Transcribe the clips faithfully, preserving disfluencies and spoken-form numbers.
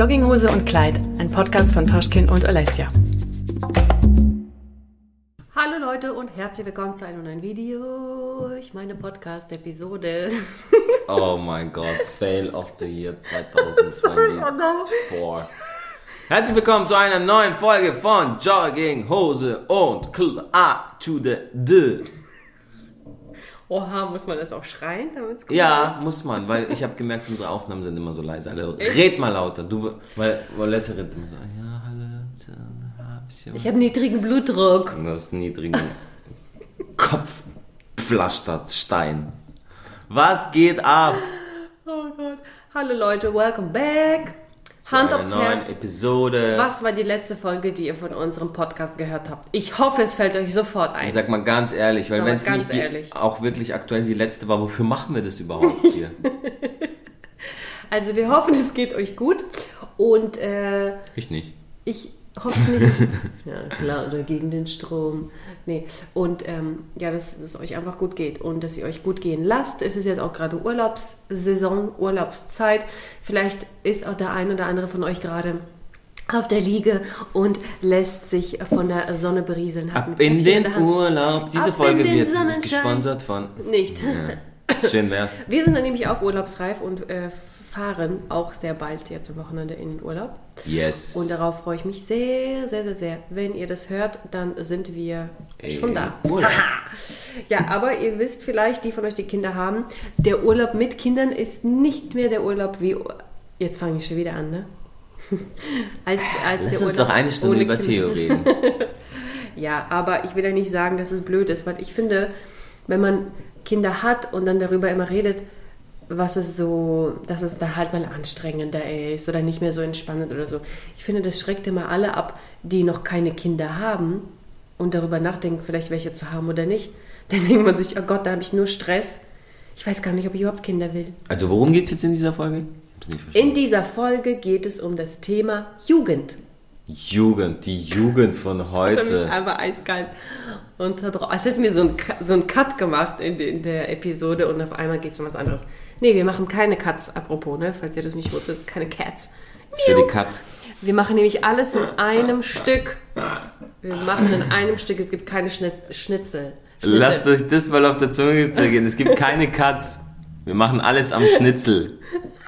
Jogginghose und Kleid, ein Podcast von Toschkin und Alessia. Hallo Leute und herzlich willkommen zu einem neuen Video. Ich meine Podcast-Episode. Oh mein Gott, Fail of the Year zwanzig zweiundzwanzig. Herzlich willkommen zu einer neuen Folge von Jogginghose und Kleid to the D. Oha, muss man das auch schreien, damit es gut Ja, ist? muss man, weil ich habe gemerkt, unsere Aufnahmen sind immer so leise. Also, red mal lauter, du, weil Alessia redet immer so, ja, hallo, Ich habe niedrigen Blutdruck. und das niedrigen Kopfpflasterstein. Was geht ab? Oh Gott. Hallo Leute, welcome back. Zu Hand einer aufs neuen Herz. Episode. Was war die letzte Folge, die ihr von unserem Podcast gehört habt? Ich hoffe, es fällt euch sofort ein. Ich sag mal ganz ehrlich, weil Sag mal wenn es ganz nicht die, ehrlich. auch wirklich aktuell die letzte war, wofür machen wir das überhaupt hier? Also wir hoffen, es geht euch gut. Und äh, Ich nicht. ich hoffe es nicht. Ja, klar, oder gegen den Strom. Nee. Und ähm, ja, dass es euch einfach gut geht und dass ihr euch gut gehen lasst. Es ist jetzt auch gerade Urlaubssaison, Urlaubszeit. Vielleicht ist auch der ein oder andere von euch gerade auf der Liege und lässt sich von der Sonne berieseln. Hat Ab ein in Käffchen den der Hand. Urlaub. Diese Ab Folge in den wird Sonnenschein. gesponsert von... Nicht. Ja. Schön wär's. Wir sind dann nämlich auch urlaubsreif und äh, fahren auch sehr bald jetzt am Wochenende in den Urlaub. Yes. Und darauf freue ich mich sehr, sehr, sehr, sehr. Wenn ihr das hört, dann sind wir schon da. Urlaub. Ja, aber ihr wisst vielleicht, die von euch die Kinder haben, der Urlaub mit Kindern ist nicht mehr der Urlaub wie... Jetzt fange ich schon wieder an, ne? als, als Lass der uns Urlaub doch eine Stunde ohne über Kinder. Theo reden. Ja, aber ich will ja nicht sagen, dass es blöd ist, weil ich finde, wenn man Kinder hat und dann darüber immer redet, was es so, dass es da halt mal anstrengender ist oder nicht mehr so entspannend oder so. Ich finde, das schreckt immer alle ab, die noch keine Kinder haben und darüber nachdenken, vielleicht welche zu haben oder nicht. Dann denkt man sich, oh Gott, da habe ich nur Stress. Ich weiß gar nicht, ob ich überhaupt Kinder will. Also worum geht's jetzt in dieser Folge? Ich hab's nicht verstanden. In dieser Folge geht es um das Thema Jugend. Jugend, die Jugend von Hat er mich heute. einfach eiskalt unterbrochen. Als hätten wir so einen so einen Cut gemacht in, de, in der Episode und auf einmal geht es um was anderes. Nee, wir machen keine Cuts, apropos, ne? Falls ihr das nicht wusstet, keine Cats. Das ist für die Katz. Wir machen nämlich alles in einem Stück. Wir machen in einem Stück, es gibt keine Schnitt, Schnitzel. Schnitzel. Lasst euch das mal auf der Zunge zergehen. Es gibt keine Katz. Wir machen alles am Schnitzel.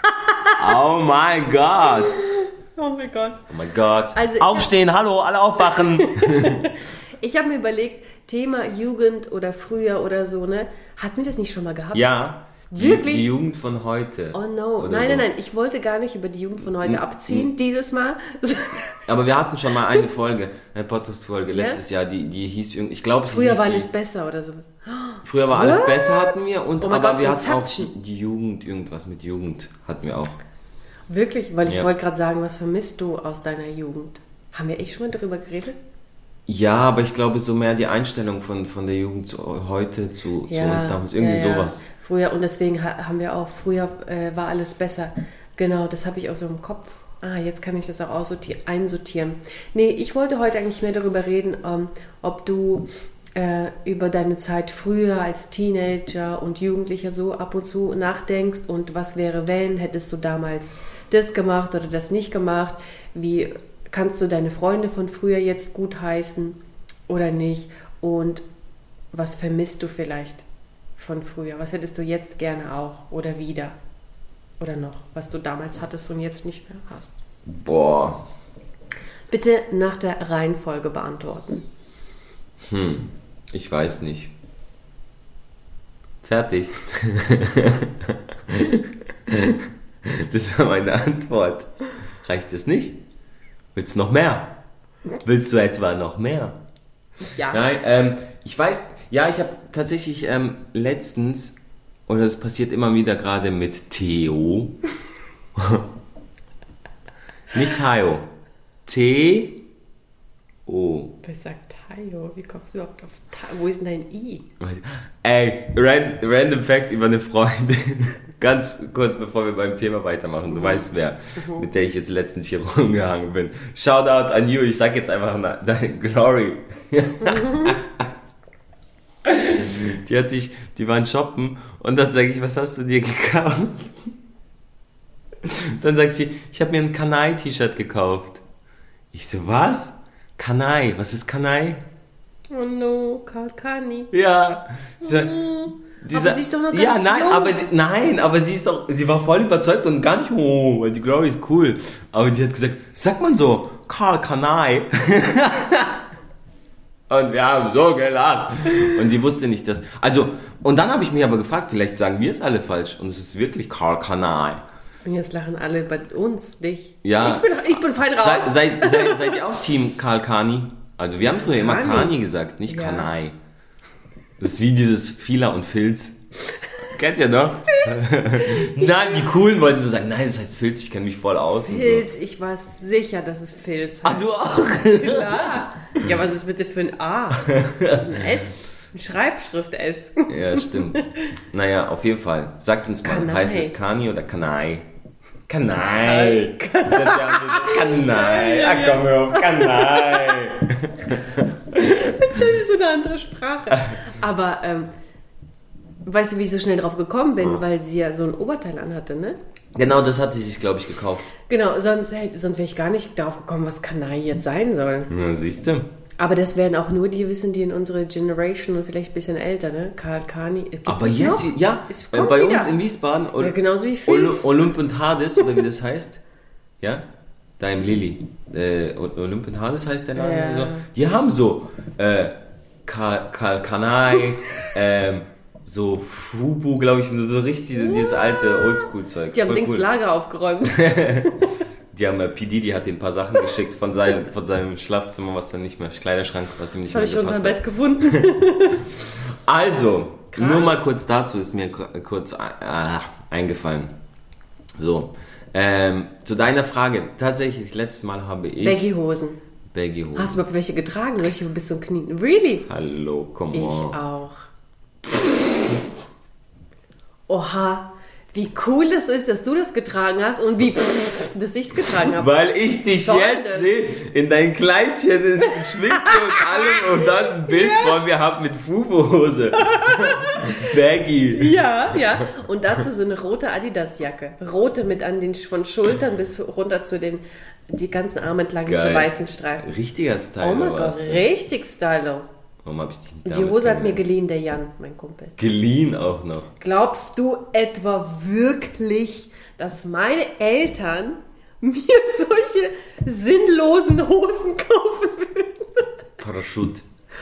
Oh mein Gott. Oh mein Gott. Oh mein Gott. Also ich Aufstehen, hallo, alle aufwachen. Ich habe mir überlegt, Thema Jugend oder früher oder so, ne? Hatten wir das nicht schon mal gehabt? Ja, die, Wirklich? die Jugend von heute. Oh no. Oder Nein, so. nein, nein. Ich wollte gar nicht über die Jugend von heute N- abziehen, n- dieses Mal. Aber wir hatten schon mal eine Folge, eine Podcast-Folge letztes Jahr, die, die hieß irgendwie, ich glaube, Früher war die, alles besser oder so. Früher war alles What? besser hatten wir, und Oh mein aber Gott, wir und hatten auch Zapchen. die, die Jugend, irgendwas mit Jugend hatten wir auch. Wirklich? Weil ich Ja. wollte gerade sagen, was vermisst du aus deiner Jugend? Haben wir echt schon mal darüber geredet? Ja, aber ich glaube, so mehr die Einstellung von, von der Jugend zu heute zu, zu uns damals, irgendwie ja, ja. sowas. Früher, und deswegen ha- haben wir auch, früher äh, war alles besser. Genau, das habe ich auch so im Kopf. Ah, jetzt kann ich das auch aussortieren, einsortieren. Nee, ich wollte heute eigentlich mehr darüber reden, ähm, ob du äh, über deine Zeit früher als Teenager und Jugendlicher so ab und zu nachdenkst und was wäre, wenn, hättest du damals das gemacht oder das nicht gemacht? Wie kannst du deine Freunde von früher jetzt gutheißen oder nicht? Und was vermisst du vielleicht von früher? Was hättest du jetzt gerne auch oder wieder? Oder noch, was du damals hattest und jetzt nicht mehr hast? Boah. Bitte nach der Reihenfolge beantworten. Hm, ich weiß nicht. Fertig. Das war meine Antwort. Reicht es nicht? Willst du noch mehr? Willst du etwa noch mehr? Ja. Nein, ähm, ich weiß, ja, ich habe tatsächlich ähm, letztens, oder es passiert immer wieder gerade mit Theo. Nicht Theo. T-O. Wer sagt Tayo? Wie kommst du überhaupt auf Tayo? Wo ist denn dein I? Ey, ran, random Fact über eine Freundin. Ganz kurz bevor wir beim Thema weitermachen. Du weißt wer, mit der ich jetzt letztens hier rumgehangen bin. Shoutout an you. Ich sag jetzt einfach na, deine Glory. Die hat sich, die waren shoppen und dann sage ich, was hast du dir gekauft? Dann sagt sie, ich habe mir ein Kanai-T-Shirt gekauft. Ich so, was? Kanai, was ist Kanai? Oh no, Kalkani. Ja. So, Oh. dieser, Aber sie ist doch noch ganz ja, nein, jung. aber sie, nein, aber sie ist auch, sie war voll überzeugt und gar nicht, oh, weil die Glory ist cool. Aber die hat gesagt, sagt man so, Karl Kanai. Und wir haben so gelacht. Und sie wusste nicht, dass, also, und dann habe ich mich aber gefragt, vielleicht sagen wir es alle falsch und es ist wirklich Karl Kanai. Und jetzt lachen alle bei uns, dich. Ja. Ich bin, ich bin fein raus. Seid, seid, seid, seid ihr auch Team Karl Kani? Also wir haben früher immer Kani. Kani gesagt, nicht Ja. Kanai. Das ist wie dieses Fila und Filz. Kennt ihr noch? Nein, die Coolen wollten so sagen, nein, das heißt Filz, ich kenne mich voll aus. Und Filz, so. ich war sicher, dass es Filz Ah, heißt. du auch? Klar. Ja, was ist bitte für ein A? Das ist ein S. Ein Schreibschrift S. Ja, stimmt. Naja, auf jeden Fall. Sagt uns mal, Kanai. heißt es Kani oder Kanai? Kanai. Das ist ja so, Kanai. Ach komm, hör auf, Kanai. Natürlich so eine andere Sprache. Aber, ähm, weißt du, wie ich so schnell drauf gekommen bin? Ja. Weil sie ja so ein Oberteil anhatte, ne? Genau, das hat sie sich, glaube ich, gekauft. Genau, sonst, hey, sonst wäre ich gar nicht darauf gekommen, was Kanai jetzt sein soll. Na, siehst du? Aber das werden auch nur die wissen, die in unsere Generation und vielleicht ein bisschen älter, ne? Karl Kani. Gibt Aber es jetzt, noch? ja, Es äh, kommt bei wieder. uns in Wiesbaden, Ol- Ja, genauso wie Ol- Filz. Olymp und Hades, oder wie das heißt, ja, da im Lilly, äh, Olymp und Hades heißt der Laden, Ja. oder so. Die haben so, äh, Karl, Karl Kanai, ähm, so Fubu, glaube ich, so richtig diese- dieses alte Oldschool-Zeug. Die haben Voll Dings cool. Lager aufgeräumt. Die haben, äh, P. Diddy hat ihm ein paar Sachen geschickt von seinem, von seinem Schlafzimmer, was dann nicht mehr, Kleiderschrank, was ihm nicht Das habe mehr ich unter gepasst dem hat. Bett gefunden. Also, Krass. nur mal kurz dazu ist mir k- kurz äh, eingefallen. So, ähm, zu deiner Frage. Tatsächlich, letztes Mal habe ich Baggy-Hosen. Baggy-Hosen. Hast du überhaupt welche getragen? Richtig bis zum Knie? Really? Hallo, come Ich on. auch. Oha, wie cool das ist, dass du das getragen hast und wie dass ich es getragen habe. Weil ich dich Soll jetzt das? sehe, in dein Kleidchen, in Schminke und allem und dann ein Bild vor mir hab mit Fubo-Hose. Baggy. Ja, ja. Und dazu so eine rote Adidas-Jacke. Rote mit an den von Schultern bis runter zu den die ganzen Arme entlang, diese Geil. weißen Streifen. Richtiger Style. Oh mein Gott, warst du. richtig stylo. Warum hab ich dich nicht Und die damals Hose hat mir kennengelernt? geliehen, der Jan, mein Kumpel. Geliehen auch noch. Glaubst du etwa wirklich, dass meine Eltern mir solche sinnlosen Hosen kaufen würden? Parachute.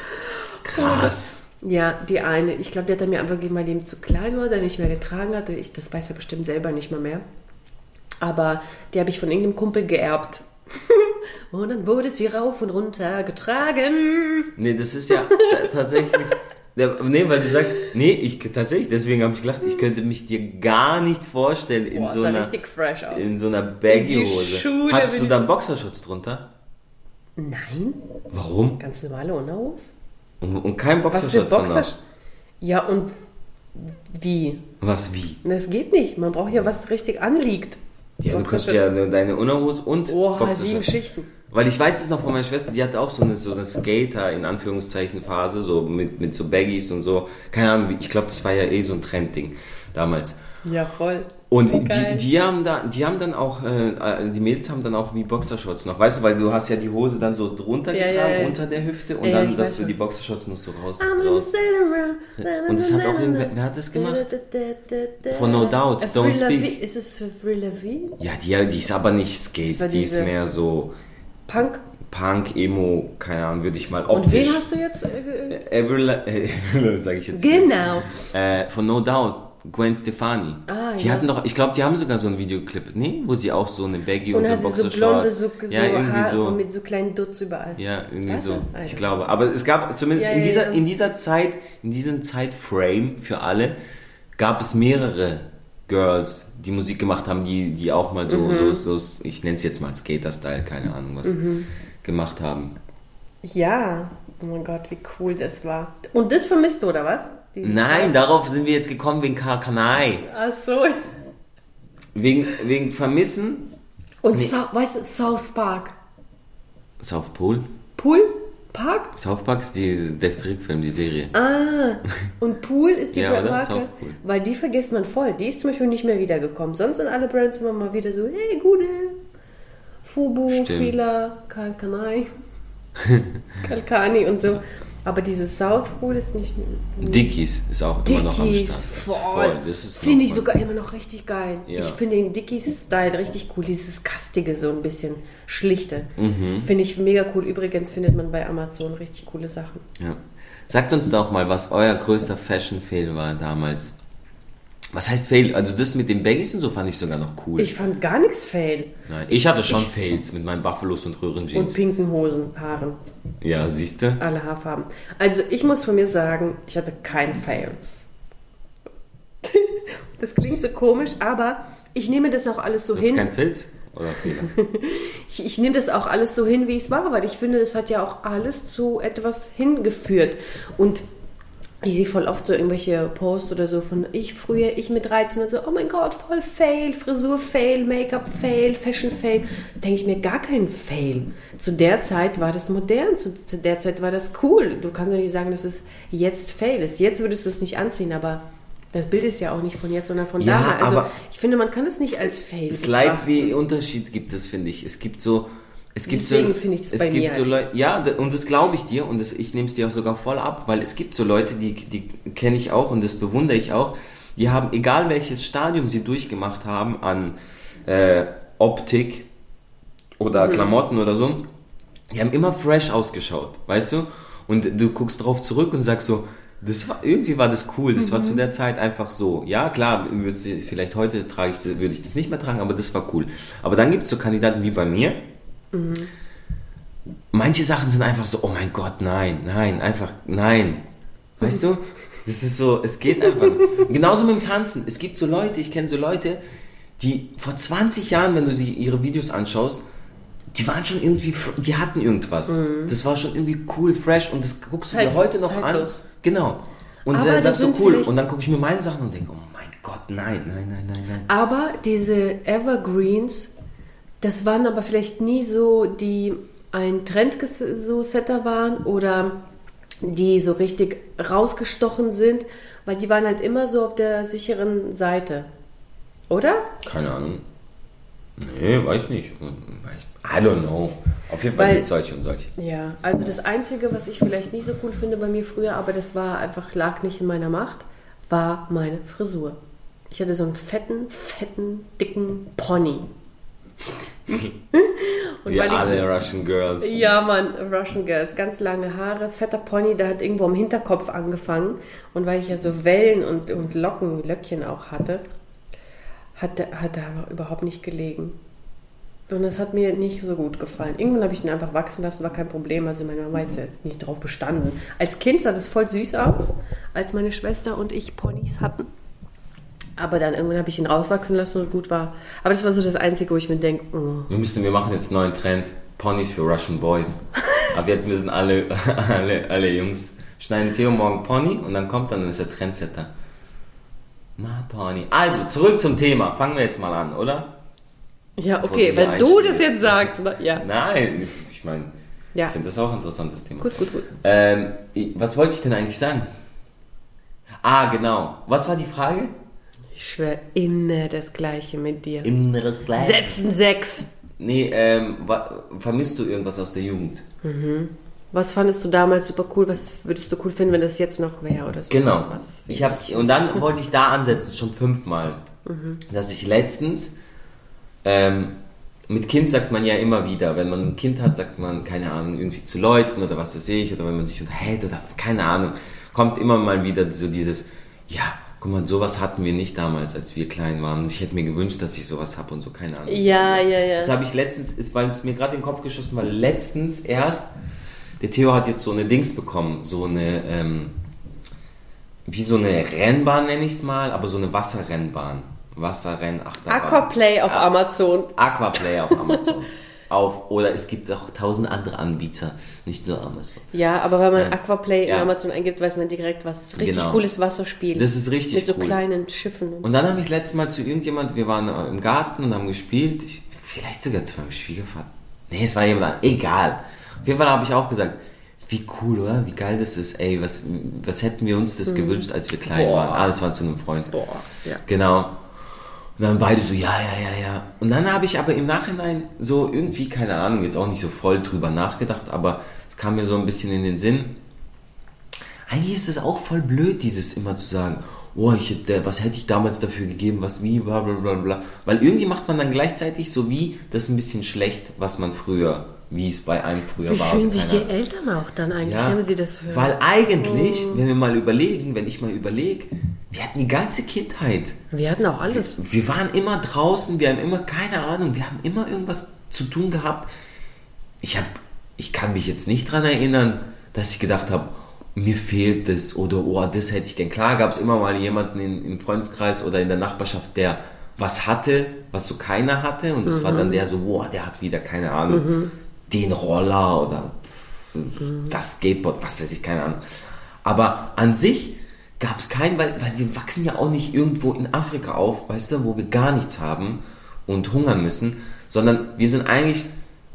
Krass. Ja, die eine. Ich glaube, die hat er mir einfach gegeben, weil die ihm zu klein war, der nicht mehr getragen hatte. Ich, das weiß er bestimmt selber nicht mal mehr. Aber die habe ich von irgendeinem Kumpel geerbt. Und dann wurde sie rauf und runter getragen. Nee, das ist ja t- tatsächlich. Ja, nee, weil du sagst, nee, ich tatsächlich, deswegen habe ich gedacht, ich könnte mich dir gar nicht vorstellen in Boah, so sah einer richtig fresh aus. in so einer In die Baggy-Hose. Schule Hattest du bin da einen Boxershorts drunter? Nein, Warum? ganz normale Unterhose. Und, und kein Was für Boxershorts Boxer? danach? Ja, und wie? Was, wie? Das geht nicht. Man braucht ja was richtig anliegt. Ja, du kannst Boxershorts. ja deine Unterhose und Oha, sieben Boxershorts. Schichten. Weil ich weiß es noch von meiner Schwester, die hatte auch so eine, so eine Skater, in Anführungszeichen, Phase, so mit, mit so Baggies und so. Keine Ahnung, wie- ich glaube, das war ja eh so ein Trendding damals. Ja, voll. Und Oh, die, geil. die, haben da, die haben dann auch, äh, die Mädels haben dann auch wie Boxershorts noch, weißt du, weil du hast ja die Hose dann so drunter Ja, getragen, ja, ja. unter der Hüfte und Ja, ja, dann, ich dass weiß du schon. die Boxershorts noch so raus, I'm gonna raus. sail around. Und das hat auch irgendwer, wer hat das gemacht? Von No Doubt, Äh, Don't Avril Speak. Lavigne. Ist es Avril Lavigne? Ja, die, die ist aber nicht Das Skate, war die ist diese- mehr so Punk. Punk, Emo, keine Ahnung, würde ich mal Und optisch. wen hast du jetzt? Äh, äh, Avril, äh, Avril sage ich jetzt. genau. Äh, von No Doubt, Gwen Stefani. Ah, die ja. hatten doch, ich glaube, die haben sogar so einen Videoclip, nee, wo sie auch so eine Baggy und, Und so hat sie so Boxershorts. blonde, so, so ja, irgendwie Haare so. und mit so kleinen Dutz überall. Ja, irgendwie Weißt so. du? Ah, Ich ja. glaube. Aber es gab zumindest Ja, in ja, dieser, ja. in dieser Zeit, in diesem Zeitframe für alle, gab es mehrere Girls, die Musik gemacht haben, die, die auch mal so, Mhm. so, so, ich nenne es jetzt mal Skater-Style, keine Ahnung was, Mhm. gemacht haben. Ja. Oh mein Gott, wie cool das war. Und das vermisst du, oder was? Diese Nein, Zeit? darauf sind wir jetzt gekommen wegen Kanai. Ach so. Wegen, wegen Vermissen. Und Nee. so, weißt du, South Park. South Pole? Pool? Park? South Park ist die, der Trickfilm, die Serie. Ah, und Pool ist die Ja, oder? Brandmarke? South Pool. Weil die vergisst man voll. Die ist zum Beispiel nicht mehr wiedergekommen. Sonst sind alle Brands immer mal wieder so, hey, Gude, Fubu, Stimmt. Fila, Kalkanai, Kalkani und so. Aber dieses South Pool ist nicht mehr. Dickies ist auch immer noch am Dickies, Start. Das ist voll. Das ist Finde noch ich voll. sogar immer noch richtig geil. Ja. Ich finde den Dickies-Style richtig cool. Dieses kastige, so ein bisschen schlichte. Mhm. Finde ich mega cool. Übrigens findet man bei Amazon richtig coole Sachen. Ja. Sagt uns doch mal, was euer größter Fashion-Fail war damals. Was heißt Fail? Also das mit den Baggies und so fand ich sogar noch cool. Ich fand gar nichts fail. Nein, ich hatte schon Fails mit meinen Buffalos und Röhrenjeans. Und pinken Hosen, Haaren. Ja, siehst du? Alle Haarfarben. Also ich muss von mir sagen, ich hatte kein Fails. Das klingt so komisch, aber ich nehme das auch alles so Hat's hin. kein Filz oder Fehler? Ich, ich nehme das auch alles so hin, wie es war, weil ich finde, das hat ja auch alles zu etwas hingeführt. Und ich sehe voll oft so irgendwelche Posts oder so von ich früher, ich mit dreizehn und so, oh mein Gott, voll Fail, Frisur Fail, Make-up Fail, Fashion Fail. Denke ich mir, gar kein Fail. Zu der Zeit war das modern, zu, zu der Zeit war das cool. Du kannst doch nicht sagen, dass es jetzt Fail ist. Jetzt würdest du es nicht anziehen, aber das Bild ist ja auch nicht von jetzt, sondern von Ja, damals. Also aber ich finde, man kann es nicht als Fail Es betrachten. leid wie Unterschied gibt es, finde ich. Es gibt so... Es gibt Deswegen so, finde ich das es bei gibt mir so halt Leute, ja, d- und das glaube ich dir und das, ich nehme es dir auch sogar voll ab, weil es gibt so Leute, die, die kenne ich auch und das bewundere ich auch, die haben, egal welches Stadium sie durchgemacht haben an äh, Optik oder Mhm. Klamotten oder so, die haben immer fresh ausgeschaut, weißt du? Und du guckst drauf zurück und sagst so, das war, irgendwie war das cool, das war zu der Zeit einfach so. Ja, klar, würd's- vielleicht heute trage ich, das- würde ich das nicht mehr tragen, aber das war cool. Aber dann gibt es so Kandidaten wie bei mir. Manche Sachen sind einfach so, oh mein Gott, nein, nein, einfach nein. Weißt du? Das ist so, es geht einfach. Genauso mit dem Tanzen. Es gibt so Leute, ich kenne so Leute, die vor zwanzig Jahren, wenn du sie ihre Videos anschaust, die waren schon irgendwie, fr- die hatten irgendwas. Das war schon irgendwie cool, fresh und das guckst du Zeit- dir heute noch zeitlos. an. Genau. Und Aber dann das sagst du sind cool. vielleicht- Und dann gucke ich mir meine Sachen und denke, oh mein Gott, nein, nein, nein, nein, nein. Aber diese Evergreens, das waren aber vielleicht nie so, die ein Trendsetter waren oder die so richtig rausgestochen sind, weil die waren halt immer so auf der sicheren Seite. Oder? Keine Ahnung. Nee, weiß nicht. I don't know. Auf jeden Fall Weil- gibt es solche und solche. Ja, also das Einzige, was ich vielleicht nicht so cool finde bei mir früher, aber das war einfach, lag nicht in meiner Macht, war meine Frisur. Ich hatte so einen fetten, fetten, dicken Pony. Und Wir weil ich alle so- Russian Girls. Ja, Mann, Russian Girls, ganz lange Haare, fetter Pony, der hat irgendwo am Hinterkopf angefangen. Und weil ich ja so Wellen und, und Locken, Löckchen auch hatte, hat der, hat der aber überhaupt nicht gelegen. Und das hat mir nicht so gut gefallen. Irgendwann habe ich ihn einfach wachsen lassen, war kein Problem. Also meine Mama ist jetzt nicht drauf bestanden. Als Kind sah das voll süß aus, als meine Schwester und ich Ponys hatten. Aber dann irgendwann habe ich ihn rauswachsen lassen und gut war. Aber das war so das Einzige, wo ich mir denke, oh. Wir müssen, wir machen jetzt einen neuen Trend. Ponys für Russian Boys. Ab jetzt müssen alle, alle, alle Jungs schneiden Theo morgen Pony und dann kommt dann, dann ist der Trendsetter. My Pony. Also, zurück zum Thema. Fangen wir jetzt mal an, oder? Ja, Bevor okay, du wenn hier du das einschließt. jetzt sagst, na, ja. Nein, ich meine, Ja. ich finde das auch ein interessantes Thema. Gut, gut, gut. Ähm, ich- was wollte ich denn eigentlich sagen? Ah, genau. Was war die Frage? Ich schwöre, immer das Gleiche mit dir. Inneres Gleich. Setzen sechs. Nee, ähm, wa- vermisst du irgendwas aus der Jugend? Was fandest du damals super cool? Was würdest du cool finden, wenn das jetzt noch wäre oder so? Genau. Was? Ich hab, und dann wollte ich da ansetzen, schon fünfmal, dass ich letztens, ähm, mit Kind sagt man ja immer wieder, wenn man ein Kind hat, sagt man, keine Ahnung, irgendwie zu Leuten oder was weiß ich, oder wenn man sich unterhält oder keine Ahnung, kommt immer mal wieder so dieses, ja, guck mal, sowas hatten wir nicht damals, als wir klein waren. Und ich hätte mir gewünscht, dass ich sowas habe und so, keine Ahnung. Ja, ja, ja. Das habe ich letztens, ist, weil es mir gerade in den Kopf geschossen war, letztens erst, der Theo hat jetzt so eine Dings bekommen, so eine, ähm, wie so eine Rennbahn nenne ich es mal, aber so eine Wasserrennbahn. Wasserrenn-Achterbahn. Aquaplay auf Ah. Amazon. Aquaplay auf Amazon. auf, oder es gibt auch tausend andere Anbieter, nicht nur Amazon. Ja, aber wenn man Ja. Aquaplay Ja. in Amazon eingibt, weiß man direkt, was richtig Genau. cooles Wasserspiel. Das ist richtig Mit so cool. kleinen Schiffen. Und Und dann habe ich letztes Mal zu irgendjemand, wir waren äh, im Garten und haben gespielt, ich, vielleicht sogar zu meinem Schwiegervater. Nee, es war jemand, egal. Auf jeden Fall habe ich auch gesagt, Wie cool, oder? Wie geil das ist. Ey, was, was hätten wir uns das mhm. gewünscht, als wir klein Boah. waren? Ah, das war zu einem Freund. Boah, ja. Genau. Und dann beide so, ja, ja, ja, ja. Und dann habe ich aber im Nachhinein so irgendwie, keine Ahnung, jetzt auch nicht so voll drüber nachgedacht, aber es kam mir so ein bisschen in den Sinn. Eigentlich ist es auch voll blöd, dieses immer zu sagen, oh, ich, der, was hätte ich damals dafür gegeben, was wie, bla bla bla bla. Weil irgendwie macht man dann gleichzeitig so wie das ein bisschen schlecht, was man früher, wie es bei einem früher wie war. Wie fühlen sich die Eltern auch dann eigentlich, ja, wenn sie das hören? Weil eigentlich, oh. wenn wir mal überlegen, wenn ich mal überlege, wir hatten die ganze Kindheit. Wir hatten auch alles. Wir, wir waren immer draußen, wir haben immer, keine Ahnung, wir haben immer irgendwas zu tun gehabt. Ich, hab, ich kann mich jetzt nicht daran erinnern, dass ich gedacht habe, mir fehlt das oder oh, das hätte ich gern. Klar gab es immer mal jemanden in, im Freundeskreis oder in der Nachbarschaft, der was hatte, was so keiner hatte und das mhm. war dann der so, oh, der hat wieder, keine Ahnung, mhm. den Roller oder mhm. das Skateboard, was weiß ich, keine Ahnung. Aber an sich gab es keinen, weil, weil wir wachsen ja auch nicht irgendwo in Afrika auf, weißt du, wo wir gar nichts haben und hungern müssen, sondern wir sind eigentlich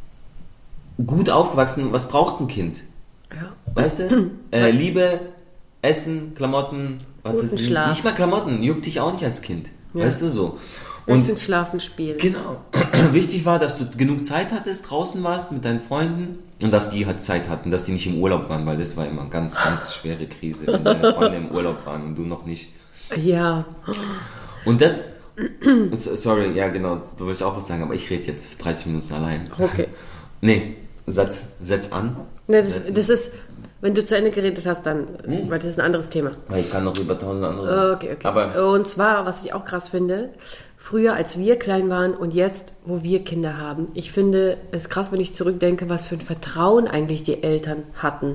gut aufgewachsen. Was braucht ein Kind? Ja. Weißt du? Äh, Liebe, Essen, Klamotten, was Guten ist Schlaf. nicht mal Klamotten, juckt dich auch nicht als Kind. Ja. Weißt du so? Und Essen, Schlafen, Spielen. Genau. Wichtig war, dass du genug Zeit hattest, draußen warst mit deinen Freunden und dass die halt Zeit hatten, dass die nicht im Urlaub waren, weil das war immer eine ganz, ganz schwere Krise, wenn deine Freunde im Urlaub waren und du noch nicht. Ja. Und das, sorry, ja genau, du willst auch was sagen, aber ich rede jetzt dreißig Minuten allein. Okay. Nee, setz, setz an. Ne, das, das ist, wenn du zu Ende geredet hast, dann, hm. weil das ist ein anderes Thema. Ich kann noch über tausend andere. Okay, okay. Aber und zwar, was ich auch krass finde, früher, als wir klein waren und jetzt, wo wir Kinder haben. Ich finde es krass, wenn ich zurückdenke, was für ein Vertrauen eigentlich die Eltern hatten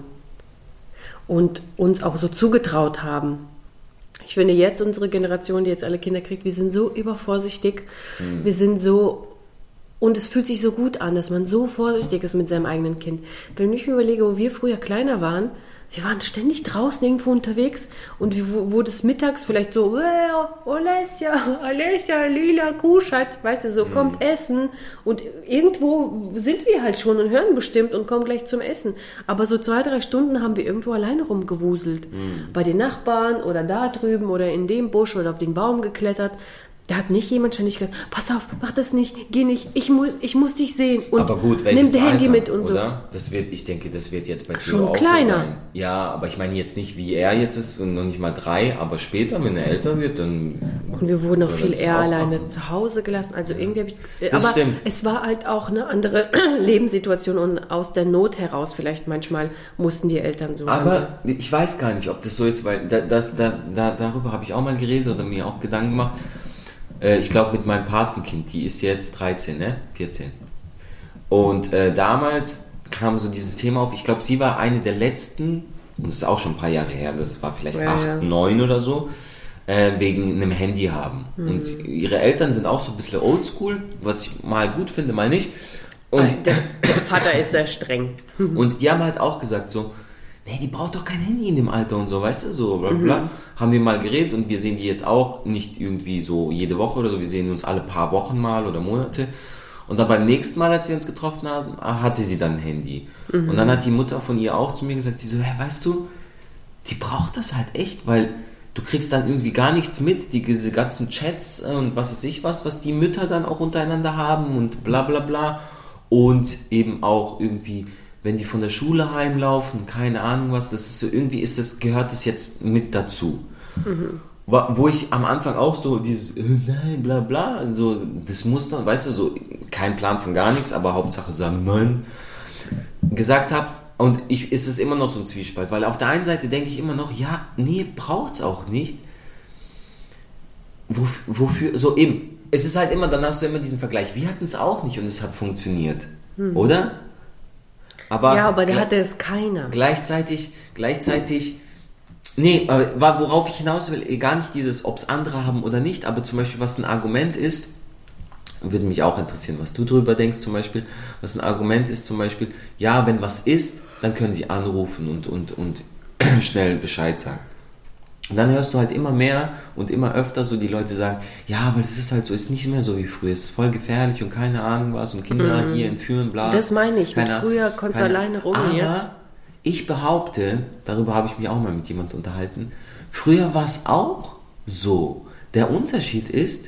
und uns auch so zugetraut haben. Ich finde jetzt unsere Generation, die jetzt alle Kinder kriegt, wir sind so übervorsichtig, hm. wir sind so... Und es fühlt sich so gut an, dass man so vorsichtig ist mit seinem eigenen Kind. Wenn ich mir überlege, wo wir früher kleiner waren, wir waren ständig draußen irgendwo unterwegs und wo, wo das mittags vielleicht so, oh, Alessia, Alessia, Lila, Kuschat, weißt du, so, mhm. kommt Essen und irgendwo sind wir halt schon und hören bestimmt und kommen gleich zum Essen. Aber so zwei, drei Stunden haben wir irgendwo alleine rumgewuselt. Mhm. Bei den Nachbarn oder da drüben oder in dem Busch oder auf den Baum geklettert. Da hat nicht jemand ständig gesagt, pass auf, mach das nicht, geh nicht, ich muss, ich muss dich sehen. Und aber gut, nimm das Handy Alter, mit und oder? So. Das wird, ich denke, das wird jetzt bei Theo schon auch kleiner. so sein. Ja, aber ich meine jetzt nicht, wie er jetzt ist und noch nicht mal drei, aber später, wenn er älter wird, dann... Und wir wurden noch viel eher alleine machen. Zu Hause gelassen. Also irgendwie habe ich... Das aber stimmt. Es war halt auch eine andere Lebenssituation und aus der Not heraus vielleicht manchmal mussten die Eltern so... Aber handeln. Ich weiß gar nicht, ob das so ist, weil da, das, da, da, darüber habe ich auch mal geredet oder mir auch Gedanken gemacht. Ich glaube mit meinem Patenkind, die ist jetzt dreizehn, ne? vierzehn. Und äh, damals kam so dieses Thema auf, ich glaube, sie war eine der letzten, und das ist auch schon ein paar Jahre her, das war vielleicht ja, acht, ja. neun oder so, äh, wegen einem Handy haben. Mhm. Und ihre Eltern sind auch so ein bisschen oldschool, was ich mal gut finde, mal nicht. Und der, der Vater ist sehr streng. Und die haben halt auch gesagt so, nee, die braucht doch kein Handy in dem Alter und so, weißt du, so, bla bla. Mhm. Haben wir mal geredet und wir sehen die jetzt auch nicht irgendwie so jede Woche oder so, wir sehen uns alle paar Wochen mal oder Monate. Und dann beim nächsten Mal, als wir uns getroffen haben, hatte sie dann ein Handy. Mhm. Und dann hat die Mutter von ihr auch zu mir gesagt, sie so, hey, weißt du, die braucht das halt echt, weil du kriegst dann irgendwie gar nichts mit, die, diese ganzen Chats und was weiß ich was, was die Mütter dann auch untereinander haben und bla bla bla. Und eben auch irgendwie... wenn die von der Schule heimlaufen, keine Ahnung was, das ist so, irgendwie ist das, gehört das jetzt mit dazu. Mhm. Wo, wo ich am Anfang auch so dieses, äh, nein, bla bla, so, das muss doch, weißt du, so, kein Plan von gar nichts, aber Hauptsache sagen nein, gesagt habe, und ich, ist es immer noch so ein Zwiespalt, weil auf der einen Seite denke ich immer noch, ja, nee, braucht's auch nicht. Wof, wofür, so eben, es ist halt immer, dann hast du immer diesen Vergleich, wir hatten es auch nicht und es hat funktioniert, mhm. oder? Aber ja, aber der hatte es keiner. Gleichzeitig, gleichzeitig, nee, aber worauf ich hinaus will, gar nicht dieses, ob es andere haben oder nicht, aber zum Beispiel, was ein Argument ist, würde mich auch interessieren, was du drüber denkst zum Beispiel, was ein Argument ist zum Beispiel, ja, wenn was ist, dann können sie anrufen und, und, und schnell Bescheid sagen. Und dann hörst du halt immer mehr und immer öfter so die Leute sagen, ja, aber das ist halt so, ist nicht mehr so wie früher, es ist voll gefährlich und keine Ahnung was und Kinder mhm. hier entführen, bla. Das meine ich, keine, mit früher konntest du alleine rum aber jetzt. ich behaupte, darüber habe ich mich auch mal mit jemandem unterhalten, früher war es auch so. Der Unterschied ist,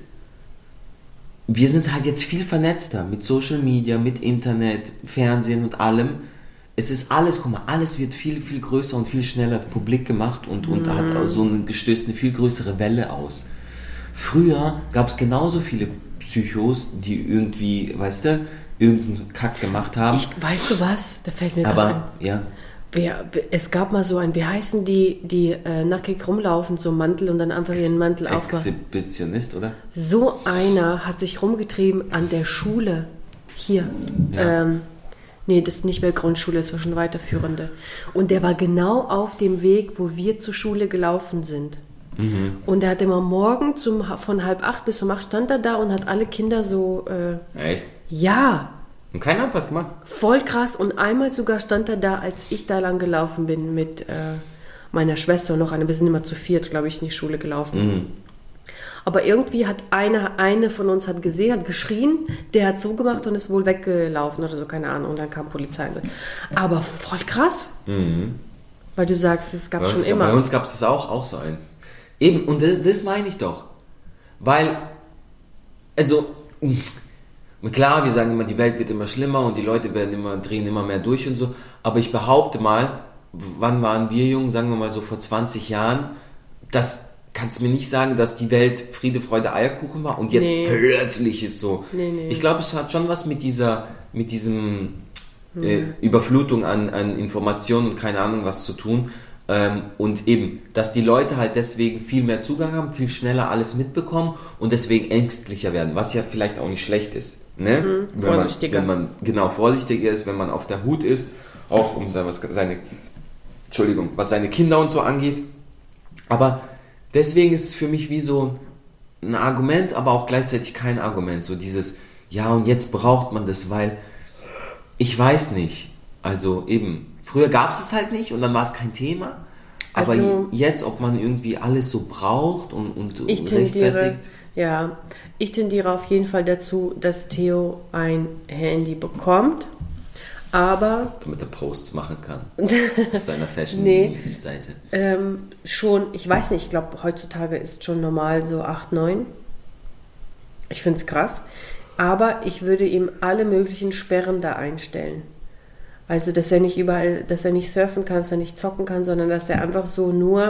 wir sind halt jetzt viel vernetzter mit Social Media, mit Internet, Fernsehen und allem. Es ist alles, guck mal, alles wird viel, viel größer und viel schneller publik gemacht und, und mm. hat so eine, gestößt eine viel größere Welle aus. Früher gab es genauso viele Psychos, die irgendwie, weißt du, irgendeinen Kack gemacht haben. Ich, weißt du was? Da fällt mir Aber, gerade ein. ja. Wer, es gab mal so ein, wie heißen die, die äh, nackig rumlaufen, so Mantel und dann einfach ihren Mantel aufmachen. Exhibitionist, oder? So einer hat sich rumgetrieben an der Schule. Hier. Ja. Ähm, nee, das ist nicht mehr Grundschule, das war schon weiterführende. Und der war genau auf dem Weg, wo wir zur Schule gelaufen sind. Mhm. Und er hat immer morgen zum, von halb acht bis um acht stand er da und hat alle Kinder so... Äh, Echt? Ja. Und keiner hat was gemacht? Voll krass. Und einmal sogar stand er da, als ich da lang gelaufen bin mit äh, meiner Schwester und noch eine. Wir sind immer zu viert, glaube ich, in die Schule gelaufen. Mhm. Aber irgendwie hat eine, eine von uns hat gesehen, hat geschrien, der hat so gemacht und ist wohl weggelaufen oder so, keine Ahnung. Und dann kam Polizei. Aber voll krass. Mhm. Weil du sagst, es gab bei schon uns, immer. Bei uns gab es das auch, auch so ein. Eben, und das, das meine ich doch. Weil, also... Klar, wir sagen immer, die Welt wird immer schlimmer und die Leute werden immer, drehen immer mehr durch und so, aber ich behaupte mal, wann waren wir jung, sagen wir mal so vor zwanzig Jahren, das kannst du mir nicht sagen, dass die Welt Friede, Freude, Eierkuchen war und jetzt nee. plötzlich ist so. Nee, nee. Ich glaube, es hat schon was mit dieser, mit diesem äh, Überflutung an, an Informationen und keine Ahnung was zu tun. Ähm, und eben, dass die Leute halt deswegen viel mehr Zugang haben, viel schneller alles mitbekommen und deswegen ängstlicher werden, was ja vielleicht auch nicht schlecht ist. Ne? Mhm, wenn vorsichtiger. Man, wenn man genau vorsichtiger ist, wenn man auf der Hut ist, auch um seine, was seine, Entschuldigung, was seine Kinder und so angeht. Aber deswegen ist es für mich wie so ein Argument, aber auch gleichzeitig kein Argument. So dieses, ja und jetzt braucht man das, weil ich weiß nicht, also eben, früher gab es es halt nicht und dann war es kein Thema. Aber also, jetzt, ob man irgendwie alles so braucht und, und ich tendiere, ja, ich tendiere auf jeden Fall dazu, dass Theo ein Handy bekommt, aber... Damit er Posts machen kann auf seiner Fashion-Seite. Nee, ähm, schon, ich weiß nicht, ich glaube, heutzutage ist schon normal so acht, neun. Ich finde es krass. Aber ich würde ihm alle möglichen Sperren da einstellen. Also, dass er nicht überall, dass er nicht surfen kann, dass er nicht zocken kann, sondern dass er einfach so nur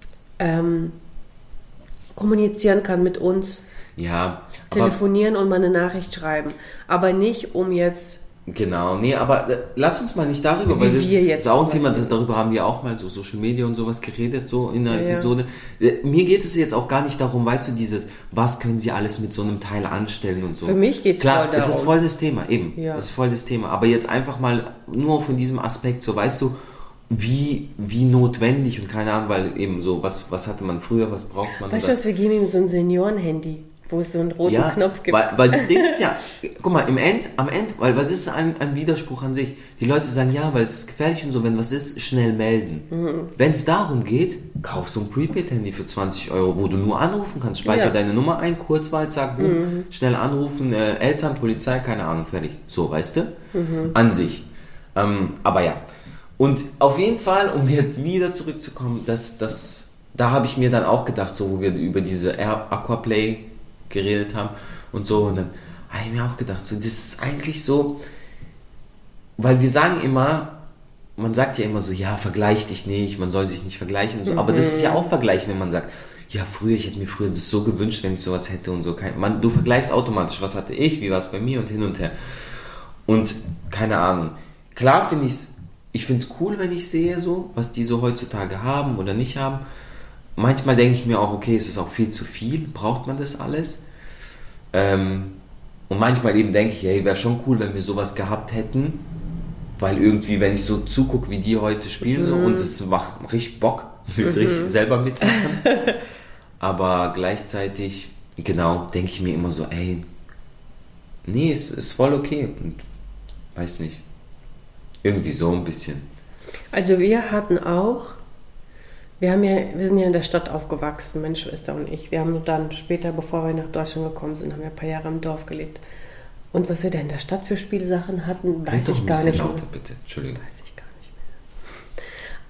ähm, kommunizieren kann mit uns. Ja. Telefonieren und mal eine Nachricht schreiben. Aber nicht, um jetzt... Genau, nee, aber äh, lass uns mal nicht darüber, weil das ist auch ein Thema, das, darüber haben wir auch mal so Social Media und sowas geredet, so in der ja. Episode. Äh, mir geht es jetzt auch gar nicht darum, weißt du, dieses, was können sie alles mit so einem Teil anstellen und so. Für mich geht es voll darum. Klar, es ist voll das Thema, eben, ja. es ist voll das Thema. Aber jetzt einfach mal nur von diesem Aspekt, so weißt du, wie, wie notwendig und keine Ahnung, weil eben so, was, was hatte man früher, was braucht man? Weißt du was, wir geben ihm so ein Senioren-Handy, wo es so einen roten ja, Knopf gibt. Weil, weil das Ding ist ja, guck mal, im End, am Ende, weil, weil das ist ein, ein Widerspruch an sich. Die Leute sagen, ja, weil es ist gefährlich und so, wenn was ist, schnell melden. Mhm. Wenn es darum geht, kauf so ein Prepaid-Handy für zwanzig Euro, wo du nur anrufen kannst. Speicher ja. deine Nummer ein, Kurzwahl, zack, boom, mhm. schnell anrufen, äh, Eltern, Polizei, keine Ahnung, fertig. So, weißt du? Mhm. An sich. Ähm, aber ja. Und auf jeden Fall, um jetzt wieder zurückzukommen, das, das, da habe ich mir dann auch gedacht, so, wo wir über diese Aquaplay geredet haben und so, und dann habe ich mir auch gedacht, so, das ist eigentlich so, weil wir sagen immer, man sagt ja immer so, ja, vergleich dich nicht, man soll sich nicht vergleichen und so, mhm. aber das ist ja auch vergleichen, wenn man sagt, ja, früher, ich hätte mir früher das so gewünscht, wenn ich sowas hätte und so, man, du vergleichst automatisch, was hatte ich, wie war es bei mir und hin und her und keine Ahnung, klar finde ich es, ich finde es cool, wenn ich sehe so, was die so heutzutage haben oder nicht haben. Manchmal denke ich mir auch, okay, es ist auch viel zu viel, braucht man das alles? Ähm, und manchmal eben denke ich, hey, wäre schon cool, wenn wir sowas gehabt hätten, weil irgendwie, wenn ich so zugucke, wie die heute spielen, mhm. so, und es macht richtig Bock, will es mhm. richtig selber mitmachen. Aber gleichzeitig, genau, denke ich mir immer so, ey, nee, es ist voll okay. Und weiß nicht, irgendwie so ein bisschen. Also wir hatten auch, wir haben ja, wir sind ja in der Stadt aufgewachsen, meine Schwester und ich. Wir haben nur dann später, bevor wir nach Deutschland gekommen sind, haben wir ein paar Jahre im Dorf gelebt. Und was wir da in der Stadt für Spielsachen hatten, weiß ich gar nicht mehr. Lauter, bitte. Entschuldigung. Weiß ich gar nicht mehr.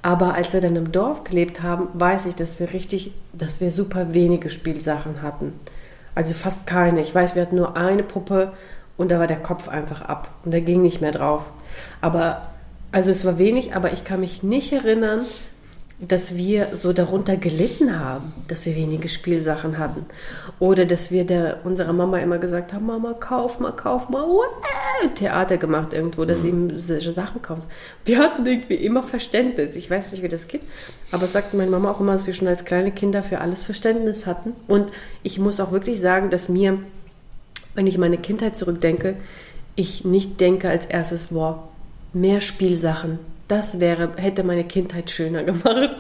Aber als wir dann im Dorf gelebt haben, weiß ich, dass wir richtig, dass wir super wenige Spielsachen hatten. Also fast keine. Ich weiß, wir hatten nur eine Puppe und da war der Kopf einfach ab und der ging nicht mehr drauf. Aber, also es war wenig, aber ich kann mich nicht erinnern, dass wir so darunter gelitten haben, dass wir wenige Spielsachen hatten. Oder dass wir der, unserer Mama immer gesagt haben, Mama, kauf mal, kauf mal. Theater gemacht irgendwo, dass sie solche Sachen kauft. Wir hatten irgendwie immer Verständnis. Ich weiß nicht, wie das geht, aber sagte meine Mama auch immer, dass wir schon als kleine Kinder für alles Verständnis hatten. Und ich muss auch wirklich sagen, dass mir, wenn ich meine Kindheit zurückdenke, ich nicht denke als erstes, boah, mehr Spielsachen. Das wäre, hätte meine Kindheit schöner gemacht.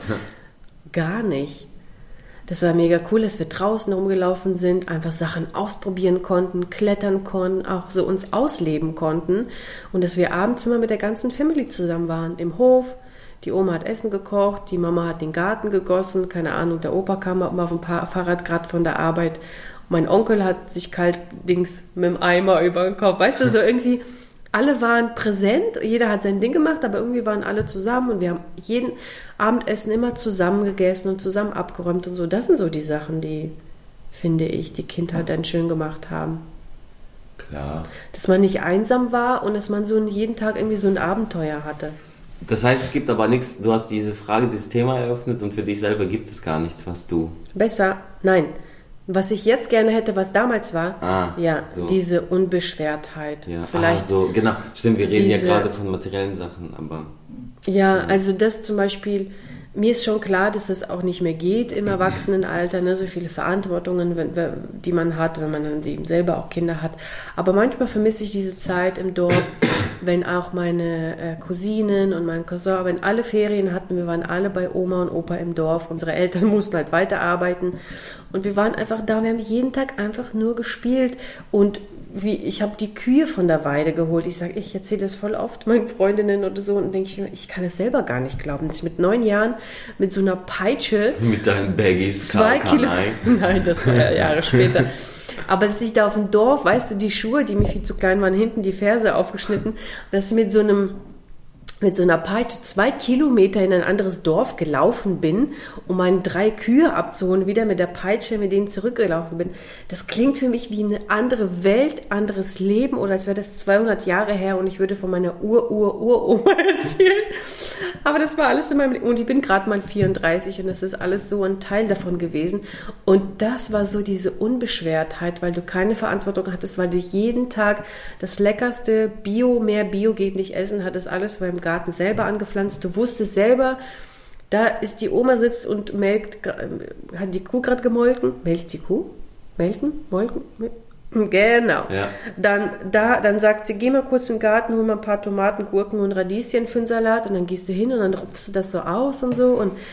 Gar nicht. Das war mega cool, dass wir draußen rumgelaufen sind, einfach Sachen ausprobieren konnten, klettern konnten, auch so uns ausleben konnten. Und dass wir abends immer mit der ganzen Family zusammen waren, im Hof. Die Oma hat Essen gekocht, die Mama hat den Garten gegossen, keine Ahnung, der Opa kam auf dem Fahrrad gerade von der Arbeit. Mein Onkel hat sich kalt Dings mit dem Eimer über den Kopf. Weißt du, so irgendwie... Alle waren präsent, jeder hat sein Ding gemacht, aber irgendwie waren alle zusammen und wir haben jeden Abendessen immer zusammen gegessen und zusammen abgeräumt und so. Das sind so die Sachen, die, finde ich, die Kindheit dann schön gemacht haben. Klar. Dass man nicht einsam war und dass man so jeden Tag irgendwie so ein Abenteuer hatte. Das heißt, es gibt aber nichts, du hast diese Frage, dieses Thema eröffnet und für dich selber gibt es gar nichts, was du... Besser, nein. Was ich jetzt gerne hätte, was damals war, ah, ja, so. diese Unbeschwertheit. Ja, vielleicht ah, so, genau, stimmt, wir reden diese, ja gerade von materiellen Sachen, aber... Ja, ja, also das zum Beispiel, mir ist schon klar, dass das auch nicht mehr geht im Erwachsenenalter, ne, so viele Verantwortungen, wenn, die man hat, wenn man dann eben selber auch Kinder hat. Aber manchmal vermisse ich diese Zeit im Dorf, wenn auch meine äh, Cousinen und mein Cousin, wenn alle Ferien hatten, wir waren alle bei Oma und Opa im Dorf, unsere Eltern mussten halt weiterarbeiten und wir waren einfach da, wir haben jeden Tag einfach nur gespielt und wie, ich habe die Kühe von der Weide geholt. Ich sage, ich erzähle das voll oft meinen Freundinnen oder so und denke ich mir, ich kann es selber gar nicht glauben, dass ich mit neun Jahren mit so einer Peitsche mit deinen Baggies zwei Kilo, nein, das war ja Jahre später. Aber dass ich da auf dem Dorf, weißt du, die Schuhe, die mir viel zu klein waren, hinten die Ferse aufgeschnitten, dass ich mit so einem mit so einer Peitsche zwei Kilometer in ein anderes Dorf gelaufen bin, um meine drei Kühe abzuholen, wieder mit der Peitsche mit denen zurückgelaufen bin. Das klingt für mich wie eine andere Welt, anderes Leben oder als wäre das zweihundert Jahre her und ich würde von meiner Ur-Ur-Ur-Oma erzählen. Aber das war alles in meinem Leben und ich bin gerade mal vierunddreißig und das ist alles so ein Teil davon gewesen. Und das war so diese Unbeschwertheit, weil du keine Verantwortung hattest, weil du jeden Tag das leckerste Bio, mehr Bio geht nicht essen, hattest alles beim Garten selber angepflanzt. Du wusstest selber, da ist die Oma sitzt und melkt, hat die Kuh gerade gemolken. Melkt die Kuh? Melken? Molken? Genau. Ja. Dann, da, dann sagt sie, geh mal kurz in den Garten, hol mal ein paar Tomaten, Gurken und Radieschen für den Salat und dann gehst du hin und dann rupfst du das so aus und so und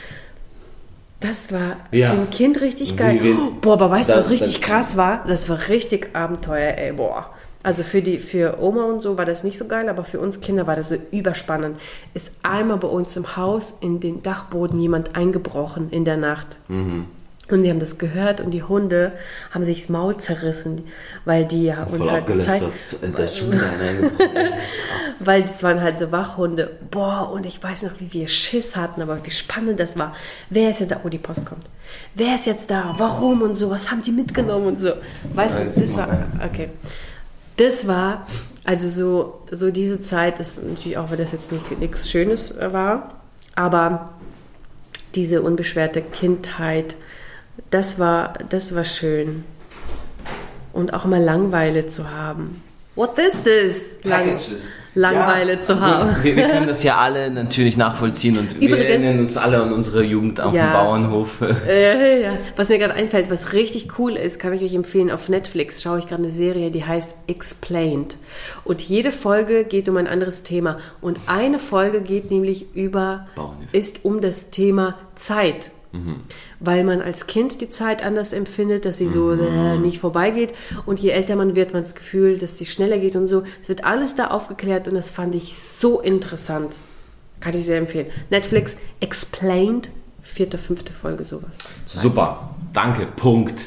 das war ja. für ein Kind richtig geil. Wie, wie, boah, aber weißt du, was das, richtig das, krass war? Das war richtig Abenteuer, ey, boah. Also für die für Oma und so war das nicht so geil, aber für uns Kinder war das so überspannend. Ist einmal bei uns im Haus in den Dachboden jemand eingebrochen in der Nacht. Mhm. Und die haben das gehört und die Hunde haben sich das Maul zerrissen, weil die ja uns halt gezeigt, da ist schon wieder einer eingebrochen. weil das waren halt so Wachhunde. Boah, und ich weiß noch, wie wir Schiss hatten, aber wie spannend das war. Wer ist jetzt da? Oh, die Post kommt. Wer ist jetzt da? Warum und so? Was haben die mitgenommen und so? Weißt du, das war okay. Das war, also so, so diese Zeit, ist natürlich auch, weil das jetzt nicht, nichts Schönes war, aber diese unbeschwerte Kindheit, das war, das war schön. Und auch mal Langeweile zu haben. What is this? Lang, Langeweile ja, zu haben. Wir, wir können das ja alle natürlich nachvollziehen und Übrigens, wir erinnern uns alle an unsere Jugend auf ja, dem Bauernhof. Äh, ja. Was mir gerade einfällt, was richtig cool ist, kann ich euch empfehlen, auf Netflix schaue ich gerade eine Serie, die heißt Explained. Und jede Folge geht um ein anderes Thema. Und eine Folge geht nämlich über, Bauernhof. ist um das Thema Zeit. Mhm. Weil man als Kind die Zeit anders empfindet, dass sie so mhm. äh, nicht vorbeigeht und je älter man wird, man das Gefühl, dass sie schneller geht und so. Es wird alles da aufgeklärt und das fand ich so interessant. Kann ich sehr empfehlen. Netflix Explained, vierte, fünfte Folge, sowas. Super, danke, Punkt.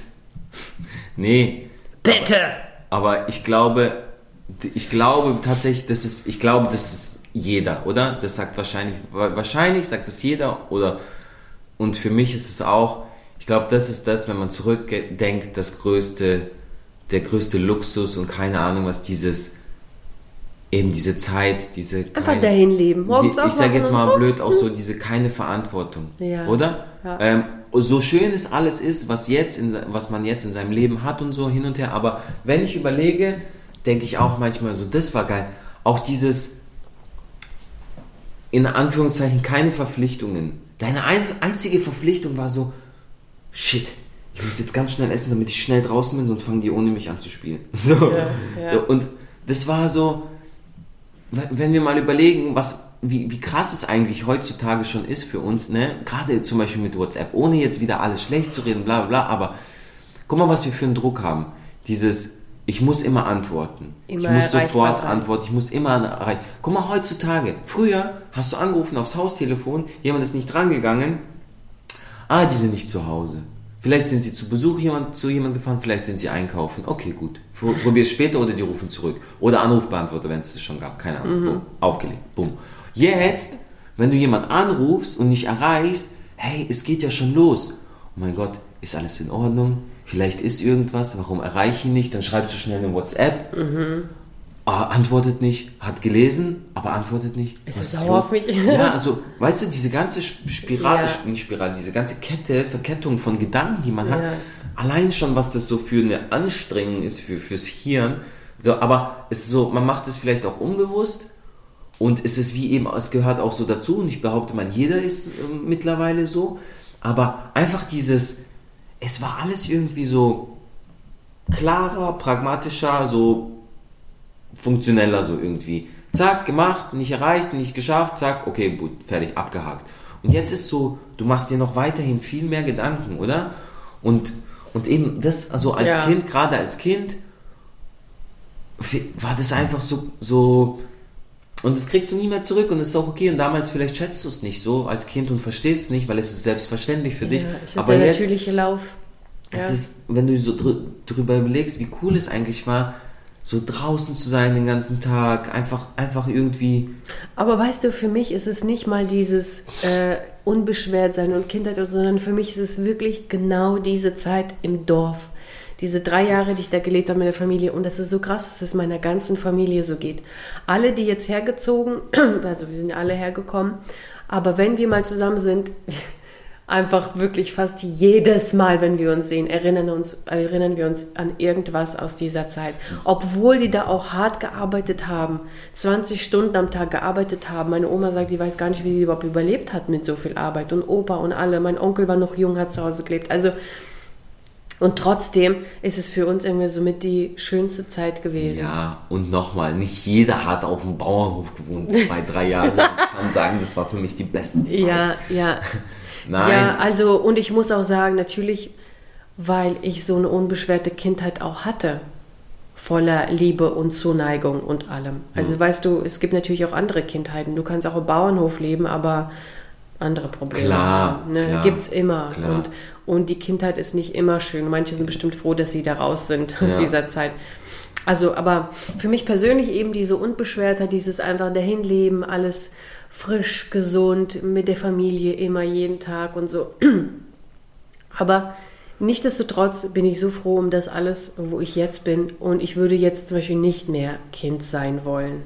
Nee. Bitte! Aber, aber ich glaube, ich glaube tatsächlich, dass es, ich glaube, dass es jeder, oder? Das sagt wahrscheinlich, wahrscheinlich sagt das jeder, oder, und für mich ist es auch, ich glaube, das ist das, wenn man zurückdenkt, das größte, der größte Luxus und keine Ahnung, was dieses, eben diese Zeit, diese einfach keine, dahin leben. Die, ich sage jetzt mal blöd, auch so diese keine Verantwortung, ja. oder? Ja. Ähm, so schön es alles ist, was jetzt, in, was man jetzt in seinem Leben hat und so hin und her, aber wenn ich überlege, denke ich auch manchmal so, das war geil. Auch dieses, in Anführungszeichen, keine Verpflichtungen. Deine ein, einzige Verpflichtung war so, shit, ich muss jetzt ganz schnell essen, damit ich schnell draußen bin, sonst fangen die ohne mich an zu spielen. So. Ja, ja. Und das war so, wenn wir mal überlegen, was, wie, wie krass es eigentlich heutzutage schon ist für uns, ne? Gerade zum Beispiel mit WhatsApp, ohne jetzt wieder alles schlecht zu reden, bla bla bla, aber guck mal, was wir für einen Druck haben. Dieses, ich muss immer antworten. Immer ich muss sofort sein. antworten, ich muss immer erreichen. Guck mal, heutzutage, früher hast du angerufen aufs Haustelefon, jemand ist nicht rangegangen, ah, die sind nicht zu Hause. Vielleicht sind sie zu Besuch jemand, zu jemandem gefahren, vielleicht sind sie einkaufen. Okay, gut. Probier es später oder die rufen zurück. Oder Anrufbeantworter, wenn es das schon gab. Keine Ahnung. Mhm. Boom. Aufgelegt. Boom. Jetzt, wenn du jemanden anrufst und nicht erreichst, hey, es geht ja schon los. Oh mein Gott, ist alles in Ordnung? Vielleicht ist irgendwas, warum erreiche ich ihn nicht? Dann schreibst du schnell eine WhatsApp. Mhm. Ah, antwortet nicht, hat gelesen, aber antwortet nicht. Ist das sauer auf mich? Ja, also, weißt du, diese ganze Spirale, ja. nicht Spirale, diese ganze Kette, Verkettung von Gedanken, die man ja. hat, allein schon, was das so für eine Anstrengung ist für, fürs Hirn, so, aber es ist so, man macht es vielleicht auch unbewusst und es ist wie eben, es gehört auch so dazu und ich behaupte mal, jeder ist äh, mittlerweile so, aber einfach dieses, es war alles irgendwie so klarer, pragmatischer, so funktioneller so irgendwie. Zack, gemacht, nicht erreicht, nicht geschafft, zack, okay, gut, fertig, abgehakt. Und jetzt ist so, du machst dir noch weiterhin viel mehr Gedanken, oder? Und, und eben das, also als ja. Kind, gerade als Kind, war das einfach so, so, und das kriegst du nie mehr zurück und das ist auch okay und damals vielleicht schätzt du es nicht so als Kind und verstehst es nicht, weil es ist selbstverständlich für ja, dich. Es ist aber der jetzt, natürliche Lauf. Ja. Es ist, wenn du so drü- drüber überlegst, wie cool es eigentlich war, so draußen zu sein den ganzen Tag, einfach, einfach irgendwie. Aber weißt du, für mich ist es nicht mal dieses äh, Unbeschwertsein und Kindheit, sondern für mich ist es wirklich genau diese Zeit im Dorf. Diese drei Jahre, die ich da gelebt habe mit der Familie. Und das ist so krass, dass es meiner ganzen Familie so geht. Alle, die jetzt hergezogen, also wir sind ja alle hergekommen, aber wenn wir mal zusammen sind, einfach wirklich fast jedes Mal, wenn wir uns sehen, erinnern, uns, erinnern wir uns an irgendwas aus dieser Zeit. Obwohl die da auch hart gearbeitet haben, zwanzig Stunden am Tag gearbeitet haben. Meine Oma sagt, die weiß gar nicht, wie sie überhaupt überlebt hat mit so viel Arbeit. Und Opa und alle. Mein Onkel war noch jung, hat zu Hause gelebt. Also, und trotzdem ist es für uns irgendwie somit die schönste Zeit gewesen. Ja, und nochmal, nicht jeder hat auf dem Bauernhof gewohnt, zwei, drei Jahre. Ich kann sagen, das war für mich die beste Zeit. Ja, ja. Nein. Ja, also, und ich muss auch sagen, natürlich, weil ich so eine unbeschwerte Kindheit auch hatte, voller Liebe und Zuneigung und allem. Also, mhm. weißt du, es gibt natürlich auch andere Kindheiten. Du kannst auch im Bauernhof leben, aber andere Probleme klar, haben. Ne? Klar, gibt's immer. Klar. Und, und die Kindheit ist nicht immer schön. Manche sind bestimmt froh, dass sie da raus sind aus ja. dieser Zeit. Also, aber für mich persönlich eben diese Unbeschwertheit, dieses einfach dahinleben, alles frisch, gesund, mit der Familie immer, jeden Tag und so. Aber nichtsdestotrotz bin ich so froh um das alles, wo ich jetzt bin. Und ich würde jetzt zum Beispiel nicht mehr Kind sein wollen.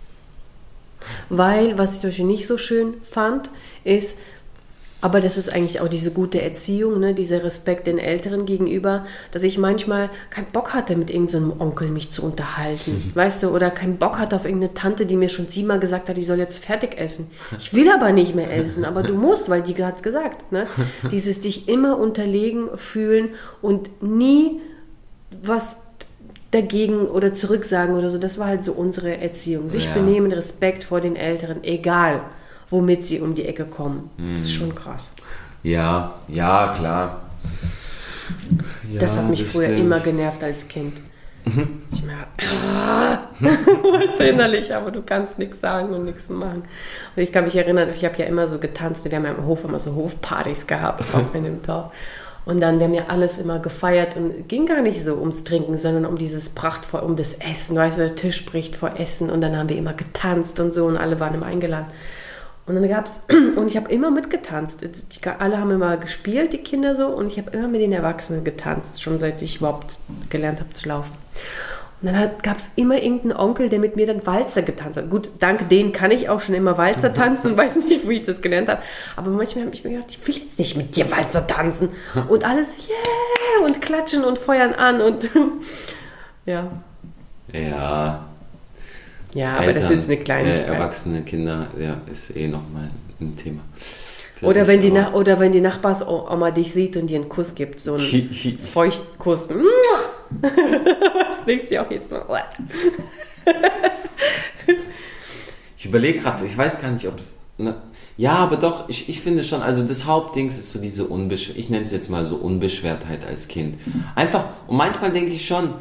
Weil, was ich zum Beispiel nicht so schön fand, ist, aber das ist eigentlich auch diese gute Erziehung, ne, dieser Respekt den Älteren gegenüber, dass ich manchmal keinen Bock hatte, mit irgendeinem so Onkel mich zu unterhalten, mhm. weißt du, oder keinen Bock hatte auf irgendeine Tante, die mir schon siebenmal gesagt hat, ich soll jetzt fertig essen. Ich will aber nicht mehr essen, aber du musst, weil die hat es gesagt. Ne? Dieses dich immer unterlegen fühlen und nie was dagegen oder zurücksagen oder so, das war halt so unsere Erziehung. Sich ja. benehmen, Respekt vor den Älteren, egal womit sie um die Ecke kommen. Mm. Das ist schon krass. Ja, ja, klar. Ja, das hat mich das früher stimmt. immer genervt als Kind. Ich meine, ah, weißt du, innerlich, aber du kannst nichts sagen und nichts machen. Und ich kann mich erinnern, ich habe ja immer so getanzt, wir haben ja im Hof immer so Hofpartys gehabt, auch in dem Dorf. Und dann, wir haben ja alles immer gefeiert und ging gar nicht so ums Trinken, sondern um dieses prachtvoll, um das Essen. Weißt du, der Tisch spricht vor Essen und dann haben wir immer getanzt und so und alle waren immer eingeladen. Und dann gab's, und ich habe immer mitgetanzt. Die, alle haben immer gespielt, die Kinder so, und ich habe immer mit den Erwachsenen getanzt, schon seit ich überhaupt gelernt habe zu laufen. Und dann gab es immer irgendeinen Onkel, der mit mir dann Walzer getanzt hat. Gut, dank denen kann ich auch schon immer Walzer tanzen, weiß nicht, wo ich das gelernt habe. Aber manchmal habe ich mir gedacht, ich will jetzt nicht mit dir Walzer tanzen. Und alles, yeah, und klatschen und feuern an und ja. Ja. Ja, aber Eltern, das ist jetzt eine Kleinigkeit. Äh, erwachsene Kinder, ja, ist eh nochmal ein Thema. Oder wenn, die Na- oder wenn die Nachbarsoma dich sieht und dir einen Kuss gibt, so einen Feuchtkuss. Das denkst du auch jetzt mal. Ich überlege gerade, ich weiß gar nicht, ob es... Ne, ja, aber doch, ich, ich finde schon, also das Hauptdings ist so diese Unbeschwertheit, ich nenne es jetzt mal so Unbeschwertheit als Kind. Einfach, und manchmal denke ich schon,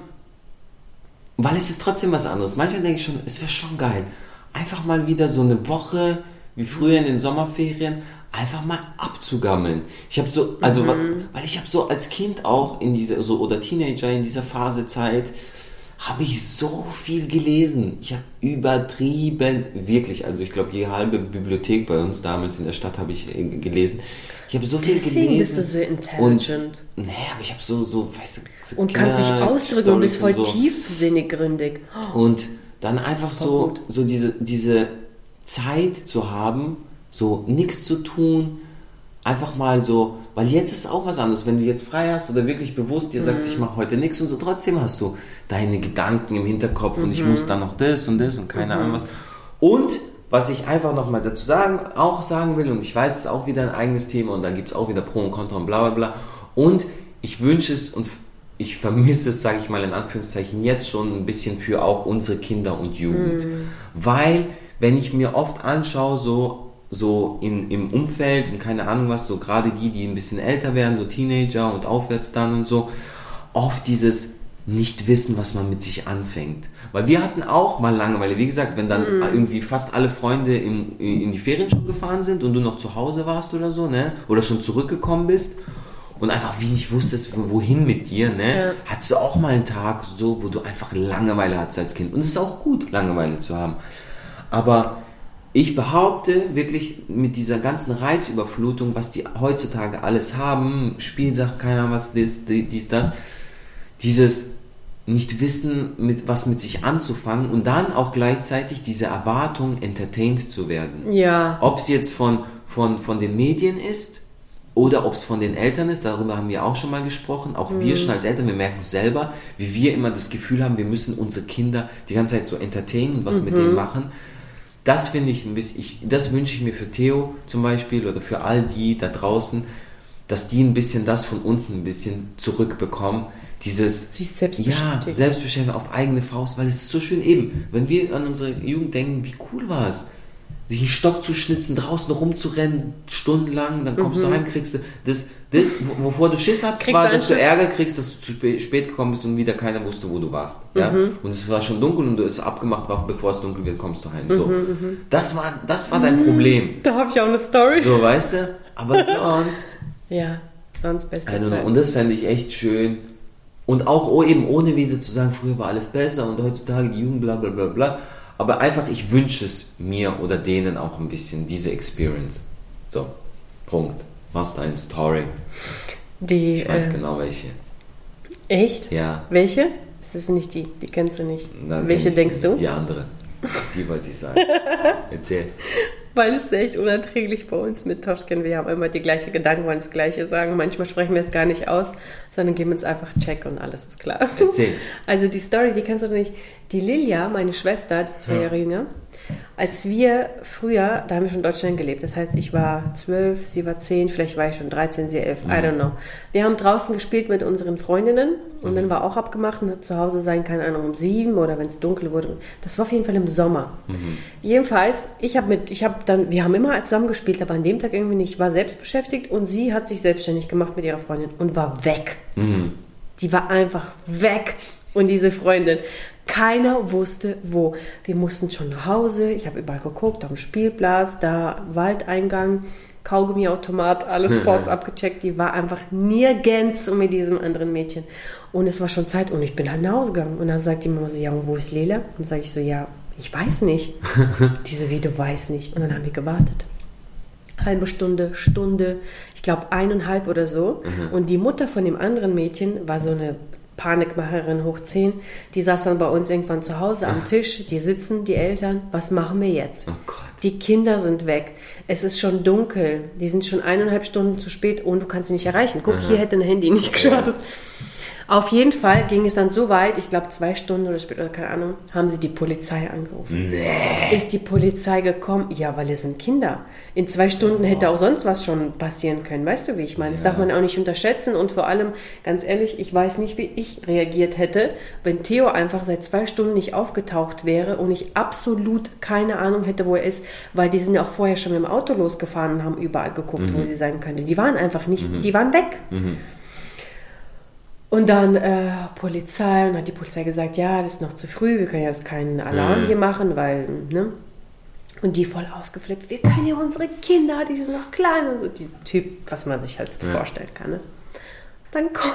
weil es ist trotzdem was anderes, manchmal denke ich schon, es wäre schon geil, einfach mal wieder so eine Woche, wie früher in den Sommerferien, einfach mal abzugammeln. Ich habe so, also, mhm. weil ich habe so als Kind auch in dieser, so, oder Teenager in dieser Phase Zeit, habe ich so viel gelesen. Ich habe übertrieben, wirklich, also ich glaube, die halbe Bibliothek bei uns damals in der Stadt habe ich gelesen. Ich habe so viel Deswegen gelesen. bist du so intelligent. Und, nee, aber ich habe so, so, weißt du, so und kannst dich ausdrücken Storys und bist voll und so. tiefsinnig gründig. Und dann einfach so, so diese, diese Zeit zu haben, so nichts zu tun, einfach mal so, weil jetzt ist auch was anderes, wenn du jetzt frei hast oder wirklich bewusst dir sagst, mhm. ich mache heute nichts und so, trotzdem hast du deine Gedanken im Hinterkopf mhm. und ich muss dann noch das und das und keine mhm. Ahnung was. Und was ich einfach nochmal dazu sagen, auch sagen will, und ich weiß, es ist auch wieder ein eigenes Thema und da gibt es auch wieder Pro und Contra und bla bla bla, und ich wünsche es und ich vermisse es, sage ich mal in Anführungszeichen, jetzt schon ein bisschen für auch unsere Kinder und Jugend. Mhm. Weil, wenn ich mir oft anschaue, so so in, im Umfeld und keine Ahnung was, so gerade die, die ein bisschen älter werden, so Teenager und aufwärts dann und so, oft dieses nicht wissen, was man mit sich anfängt. Weil wir hatten auch mal Langeweile, wie gesagt, wenn dann mm. irgendwie fast alle Freunde in, in die Ferien schon gefahren sind und du noch zu Hause warst oder so, ne, oder schon zurückgekommen bist und einfach wie nicht wusstest, wohin mit dir, ne, ja. hattest du auch mal einen Tag so, wo du einfach Langeweile hattest als Kind. Und es ist auch gut, Langeweile zu haben. Aber ich behaupte wirklich mit dieser ganzen Reizüberflutung, was die heutzutage alles haben, Spielsachen, keine Ahnung was, dies, dies, das, dieses nicht wissen, mit, was mit sich anzufangen und dann auch gleichzeitig diese Erwartung, entertained zu werden. Ja. Ob es jetzt von, von, von den Medien ist oder ob es von den Eltern ist, darüber haben wir auch schon mal gesprochen. Auch mhm. wir schon als Eltern, wir merken es selber, wie wir immer das Gefühl haben, wir müssen unsere Kinder die ganze Zeit so entertainen und was mhm. mit denen machen. Das finde ich ein bisschen, ich, das wünsche ich mir für Theo zum Beispiel oder für all die da draußen, dass die ein bisschen das von uns ein bisschen zurückbekommen. Dieses, sich selbst beschäftigen. Ja, Selbstbeschäftigung auf eigene Faust, weil es ist so schön eben, wenn wir an unsere Jugend denken, wie cool war es, sich einen Stock zu schnitzen, draußen rumzurennen, stundenlang, dann kommst mhm. du heim, kriegst du das, das, wovor du Schiss hattest, kriegst war, dass du Ärger kriegst, dass du zu spät gekommen bist und wieder keiner wusste, wo du warst. Mhm. Ja? Und es war schon dunkel und du es abgemacht war, bevor es dunkel wird, kommst du heim. So. Mhm, das war, das war dein Problem. Da habe ich auch eine Story. So, weißt du? Aber sonst... ja, sonst beste Zeit. Und das fände ich echt schön. Und auch oh, eben ohne wieder zu sagen, früher war alles besser und heutzutage die Jugend bla bla bla bla. Aber einfach, ich wünsche es mir oder denen auch ein bisschen, diese Experience. So, Punkt. Was ist deine Story? Die, ich weiß äh, genau welche. Echt? Ja. Welche? Es ist nicht die, die kennst du nicht. Dann welche denkst du? Die andere. Die wollte ich sagen. Erzähl. Weil es ist echt unerträglich bei uns mit Toschken. Wir haben immer die gleichen Gedanken, wollen das Gleiche sagen. Manchmal sprechen wir es gar nicht aus, sondern geben uns einfach Check und alles ist klar. Erzähl. Also die Story, die kennst du nicht. Die Lilia, meine Schwester, die zwei ja. Jahre jünger, als wir früher, da haben wir schon in Deutschland gelebt. Das heißt, ich war zwölf, sie war zehn, vielleicht war ich schon dreizehn, sie elf, mhm. I don't know. Wir haben draußen gespielt mit unseren Freundinnen und mhm. dann war auch abgemacht und hat zu Hause sein, keine Ahnung, um sieben oder wenn es dunkel wurde. Das war auf jeden Fall im Sommer. Mhm. Jedenfalls, ich habe mit, ich habe dann, wir haben immer zusammen gespielt, aber an dem Tag irgendwie nicht. Ich war selbst beschäftigt und sie hat sich selbstständig gemacht mit ihrer Freundin und war weg. Mhm. Die war einfach weg. Und diese Freundin, keiner wusste wo. Wir mussten schon nach Hause, ich habe überall geguckt, am Spielplatz, da Waldeingang, Kaugummiautomat, alle Spots abgecheckt, die war einfach nirgends mit diesem anderen Mädchen. Und es war schon Zeit und ich bin halt nach Hause gegangen. Und dann sagt die Mama so, ja, und wo ist Lela? Und dann sage ich so, ja, ich weiß nicht. Diese wie, du weißt nicht. Und dann haben wir gewartet. Halbe Stunde, Stunde, ich glaube eineinhalb oder so. Mhm. Und die Mutter von dem anderen Mädchen war so eine Panikmacherin hoch zehn. Die saß dann bei uns irgendwann zu Hause am Tisch. Die sitzen, die Eltern. Was machen wir jetzt? Oh Gott. Die Kinder sind weg. Es ist schon dunkel. Die sind schon eineinhalb Stunden zu spät und du kannst sie nicht erreichen. Guck, Aha. hier hätte ein Handy nicht geschadet. Auf jeden Fall ging es dann so weit, ich glaube zwei Stunden oder später, keine Ahnung, haben sie die Polizei angerufen. Nee. Ist die Polizei gekommen? Ja, weil es sind Kinder. In zwei Stunden oh. hätte auch sonst was schon passieren können. Weißt du, wie ich meine? Das ja. darf man auch nicht unterschätzen. Und vor allem, ganz ehrlich, ich weiß nicht, wie ich reagiert hätte, wenn Theo einfach seit zwei Stunden nicht aufgetaucht wäre und ich absolut keine Ahnung hätte, wo er ist, weil die sind ja auch vorher schon mit dem Auto losgefahren und haben überall geguckt, mhm. wo sie sein könnte. Die waren einfach nicht, mhm. die waren weg. Mhm. Und dann äh, Polizei, und hat die Polizei gesagt, ja, das ist noch zu früh, wir können jetzt keinen Alarm mhm. hier machen, weil, ne? Und die voll ausgeflippt, wir können ja unsere Kinder, die sind noch klein und so, dieser Typ, was man sich halt ja. vorstellen kann, ne? Dann kommen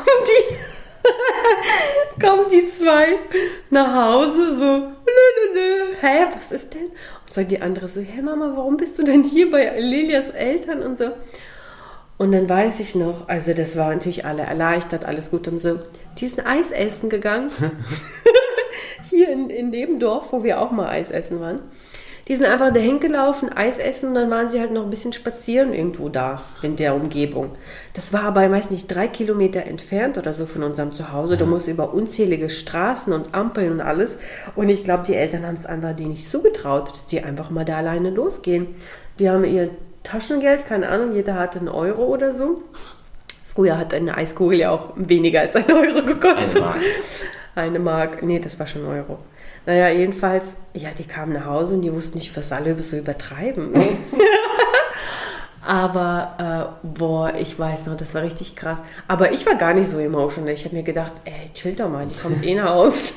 die, kommen die zwei nach Hause, so, lü, lü, lü. Hä, was ist denn? Und sagt die andere so, hä Mama, warum bist du denn hier bei Lilias Eltern und so? Und dann weiß ich noch, also das war natürlich alle erleichtert, alles gut und so. Die sind Eis essen gegangen. Hier in, in dem Dorf, wo wir auch mal Eis essen waren. Die sind einfach dahin gelaufen, Eis essen und dann waren sie halt noch ein bisschen spazieren irgendwo da in der Umgebung. Das war aber meist nicht drei Kilometer entfernt oder so von unserem Zuhause. Du musst über unzählige Straßen und Ampeln und alles. Und ich glaube, die Eltern haben es einfach denen nicht zugetraut, dass die einfach mal da alleine losgehen. Die haben ihr Taschengeld, keine Ahnung, jeder hatte einen Euro oder so. Früher hat eine Eiskugel ja auch weniger als ein Euro gekostet. Eine Mark. Eine Mark, nee, das war schon Euro. Naja, jedenfalls, ja, die kamen nach Hause und die wussten nicht, was alle so übertreiben. Ne? Aber, äh, boah, ich weiß noch, das war richtig krass. Aber ich war gar nicht so emotional. Ich habe mir gedacht, ey, chill doch mal, die kommt eh nach Hause.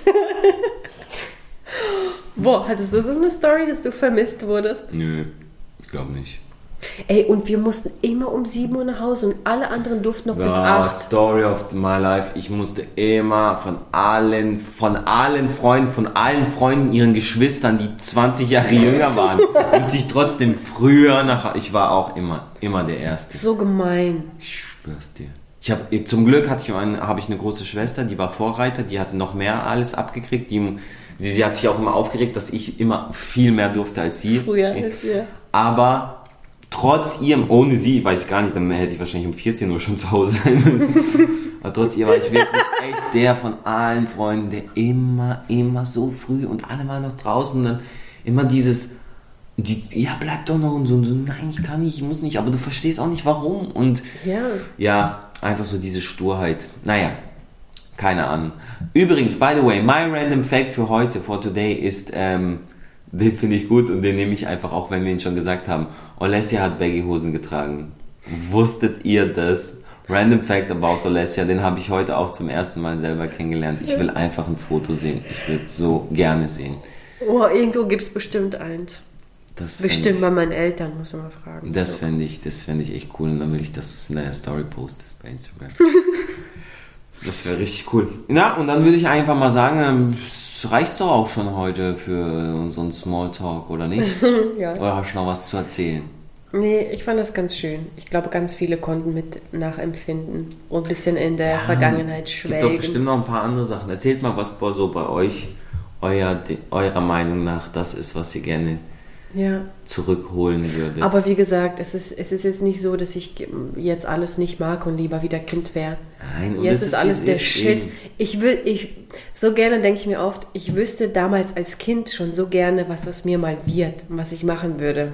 Boah, hattest du so eine Story, dass du vermisst wurdest? Nö, ich glaube nicht. Ey, und wir mussten immer um sieben Uhr nach Hause und alle anderen durften noch ja, bis acht. Story of my life. Ich musste immer von allen, von allen Freunden, von allen Freunden, ihren Geschwistern, die zwanzig Jahre jünger waren, musste ich trotzdem früher nach. Ich war auch immer, immer der Erste. So gemein. Ich schwör's dir. Ich hab, zum Glück hatte ich eine, habe ich eine große Schwester, die war Vorreiter, die hat noch mehr alles abgekriegt. Die, sie, sie hat sich auch immer aufgeregt, dass ich immer viel mehr durfte als sie. Früher als ja. Aber trotz ihrem, ohne sie, weiß ich gar nicht, dann hätte ich wahrscheinlich um vierzehn Uhr schon zu Hause sein müssen. Aber trotz ihr war ich wirklich echt der von allen Freunden, der immer, immer so früh und alle waren noch draußen und dann immer dieses, die, ja, bleib doch noch und so, und so, nein, ich kann nicht, ich muss nicht, aber du verstehst auch nicht warum und ja, ja einfach so diese Sturheit. Naja, keine Ahnung. Übrigens, by the way, my random fact für heute, for today ist, ähm, den finde ich gut und den nehme ich einfach, auch wenn wir ihn schon gesagt haben. Olesja hat Baggy-Hosen getragen. Wusstet ihr das? Random Fact about Olesja, den habe ich heute auch zum ersten Mal selber kennengelernt. Ich will einfach ein Foto sehen. Ich will es so gerne sehen. Oh, irgendwo gibt es bestimmt eins. Das bestimmt ich, bei meinen Eltern, muss man mal fragen. Das so. fände ich, das fänd ich echt cool und dann will ich, dass du es in deiner Story postest bei Instagram. Das wäre richtig cool. Na, und dann würde ich einfach mal sagen, es reicht doch auch schon heute für unseren Smalltalk, oder nicht? Ja. Oder hast du noch was zu erzählen? Nee, ich fand das ganz schön. Ich glaube, ganz viele konnten mit nachempfinden und ein bisschen in der ja, Vergangenheit schwelgen. Es gibt doch bestimmt noch ein paar andere Sachen. Erzählt mal, was so bei euch, euer, eurer Meinung nach, das ist, was ihr gerne ja. zurückholen würdet. Aber wie gesagt, es ist, es ist jetzt nicht so, dass ich jetzt alles nicht mag und lieber wieder Kind wäre. Nein, und jetzt das ist alles der ist Shit. Eben. Ich will, ich, so gerne denke ich mir oft, ich wüsste damals als Kind schon so gerne, was aus mir mal wird und was ich machen würde.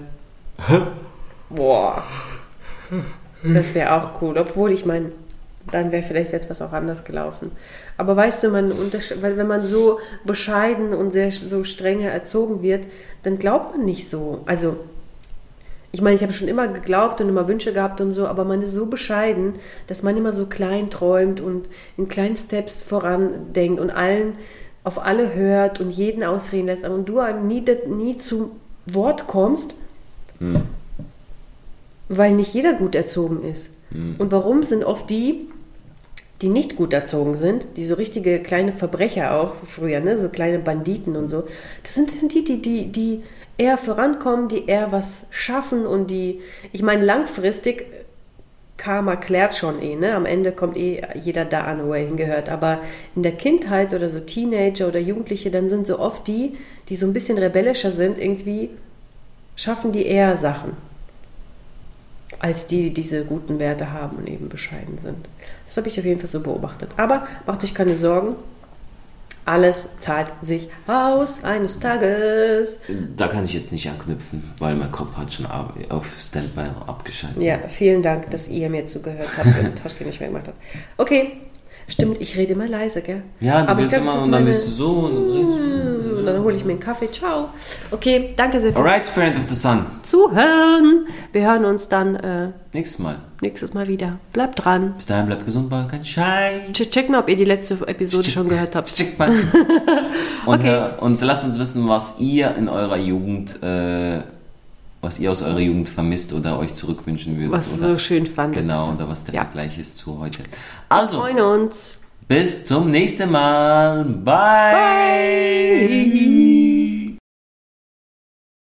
Boah. Das wäre auch cool. Obwohl, ich meine, dann wäre vielleicht etwas auch anders gelaufen. Aber weißt du, man untersch- weil wenn man so bescheiden und sehr so strenge erzogen wird, dann glaubt man nicht so. Also, ich meine, ich habe schon immer geglaubt und immer Wünsche gehabt und so, aber man ist so bescheiden, dass man immer so klein träumt und in kleinen Steps voran denkt und allen auf alle hört und jeden ausreden lässt. Und du einem nie, nie zu Wort kommst, hm. Weil nicht jeder gut erzogen ist. Mhm. Und warum sind oft die, die nicht gut erzogen sind, die so richtige kleine Verbrecher auch früher, ne, so kleine Banditen und so, das sind die, die, die, die eher vorankommen, die eher was schaffen und die, ich meine, langfristig, Karma klärt schon eh, ne, am Ende kommt eh jeder da an, wo er hingehört, aber in der Kindheit oder so Teenager oder Jugendliche, dann sind so oft die, die so ein bisschen rebellischer sind, irgendwie schaffen die eher Sachen, als die, die diese guten Werte haben und eben bescheiden sind. Das habe ich auf jeden Fall so beobachtet. Aber macht euch keine Sorgen, alles zahlt sich aus eines Tages. Da kann ich jetzt nicht anknüpfen, weil mein Kopf hat schon auf Standby abgeschaltet. Ja, vielen Dank, dass ihr mir zugehört habt und Toschke nicht mehr gemacht hat. Okay, stimmt, ich rede immer leise, gell? Ja, du Aber bist ich glaub, immer das ist und dann meine- bist du so und dann redest du. Und dann hole ich mir einen Kaffee. Ciao. Okay, danke sehr fürs Alright, Friend of the Sun. Zuhören. Wir hören uns dann äh, Nächstes Mal. nächstes Mal wieder. Bleibt dran. Bis dahin, bleibt gesund, baut kein Scheiß. Check check mal, ob ihr die letzte Episode schon gehört habt. Check mal. Und, Okay. hör- und lasst uns wissen, was ihr in eurer Jugend, äh, was ihr aus eurer Jugend vermisst oder euch zurückwünschen würdet. Was oder, so schön fandet. Genau, oder was der Ja. Vergleich ist zu heute. Wir Also, freuen uns. bis zum nächsten Mal. Bye. Bye.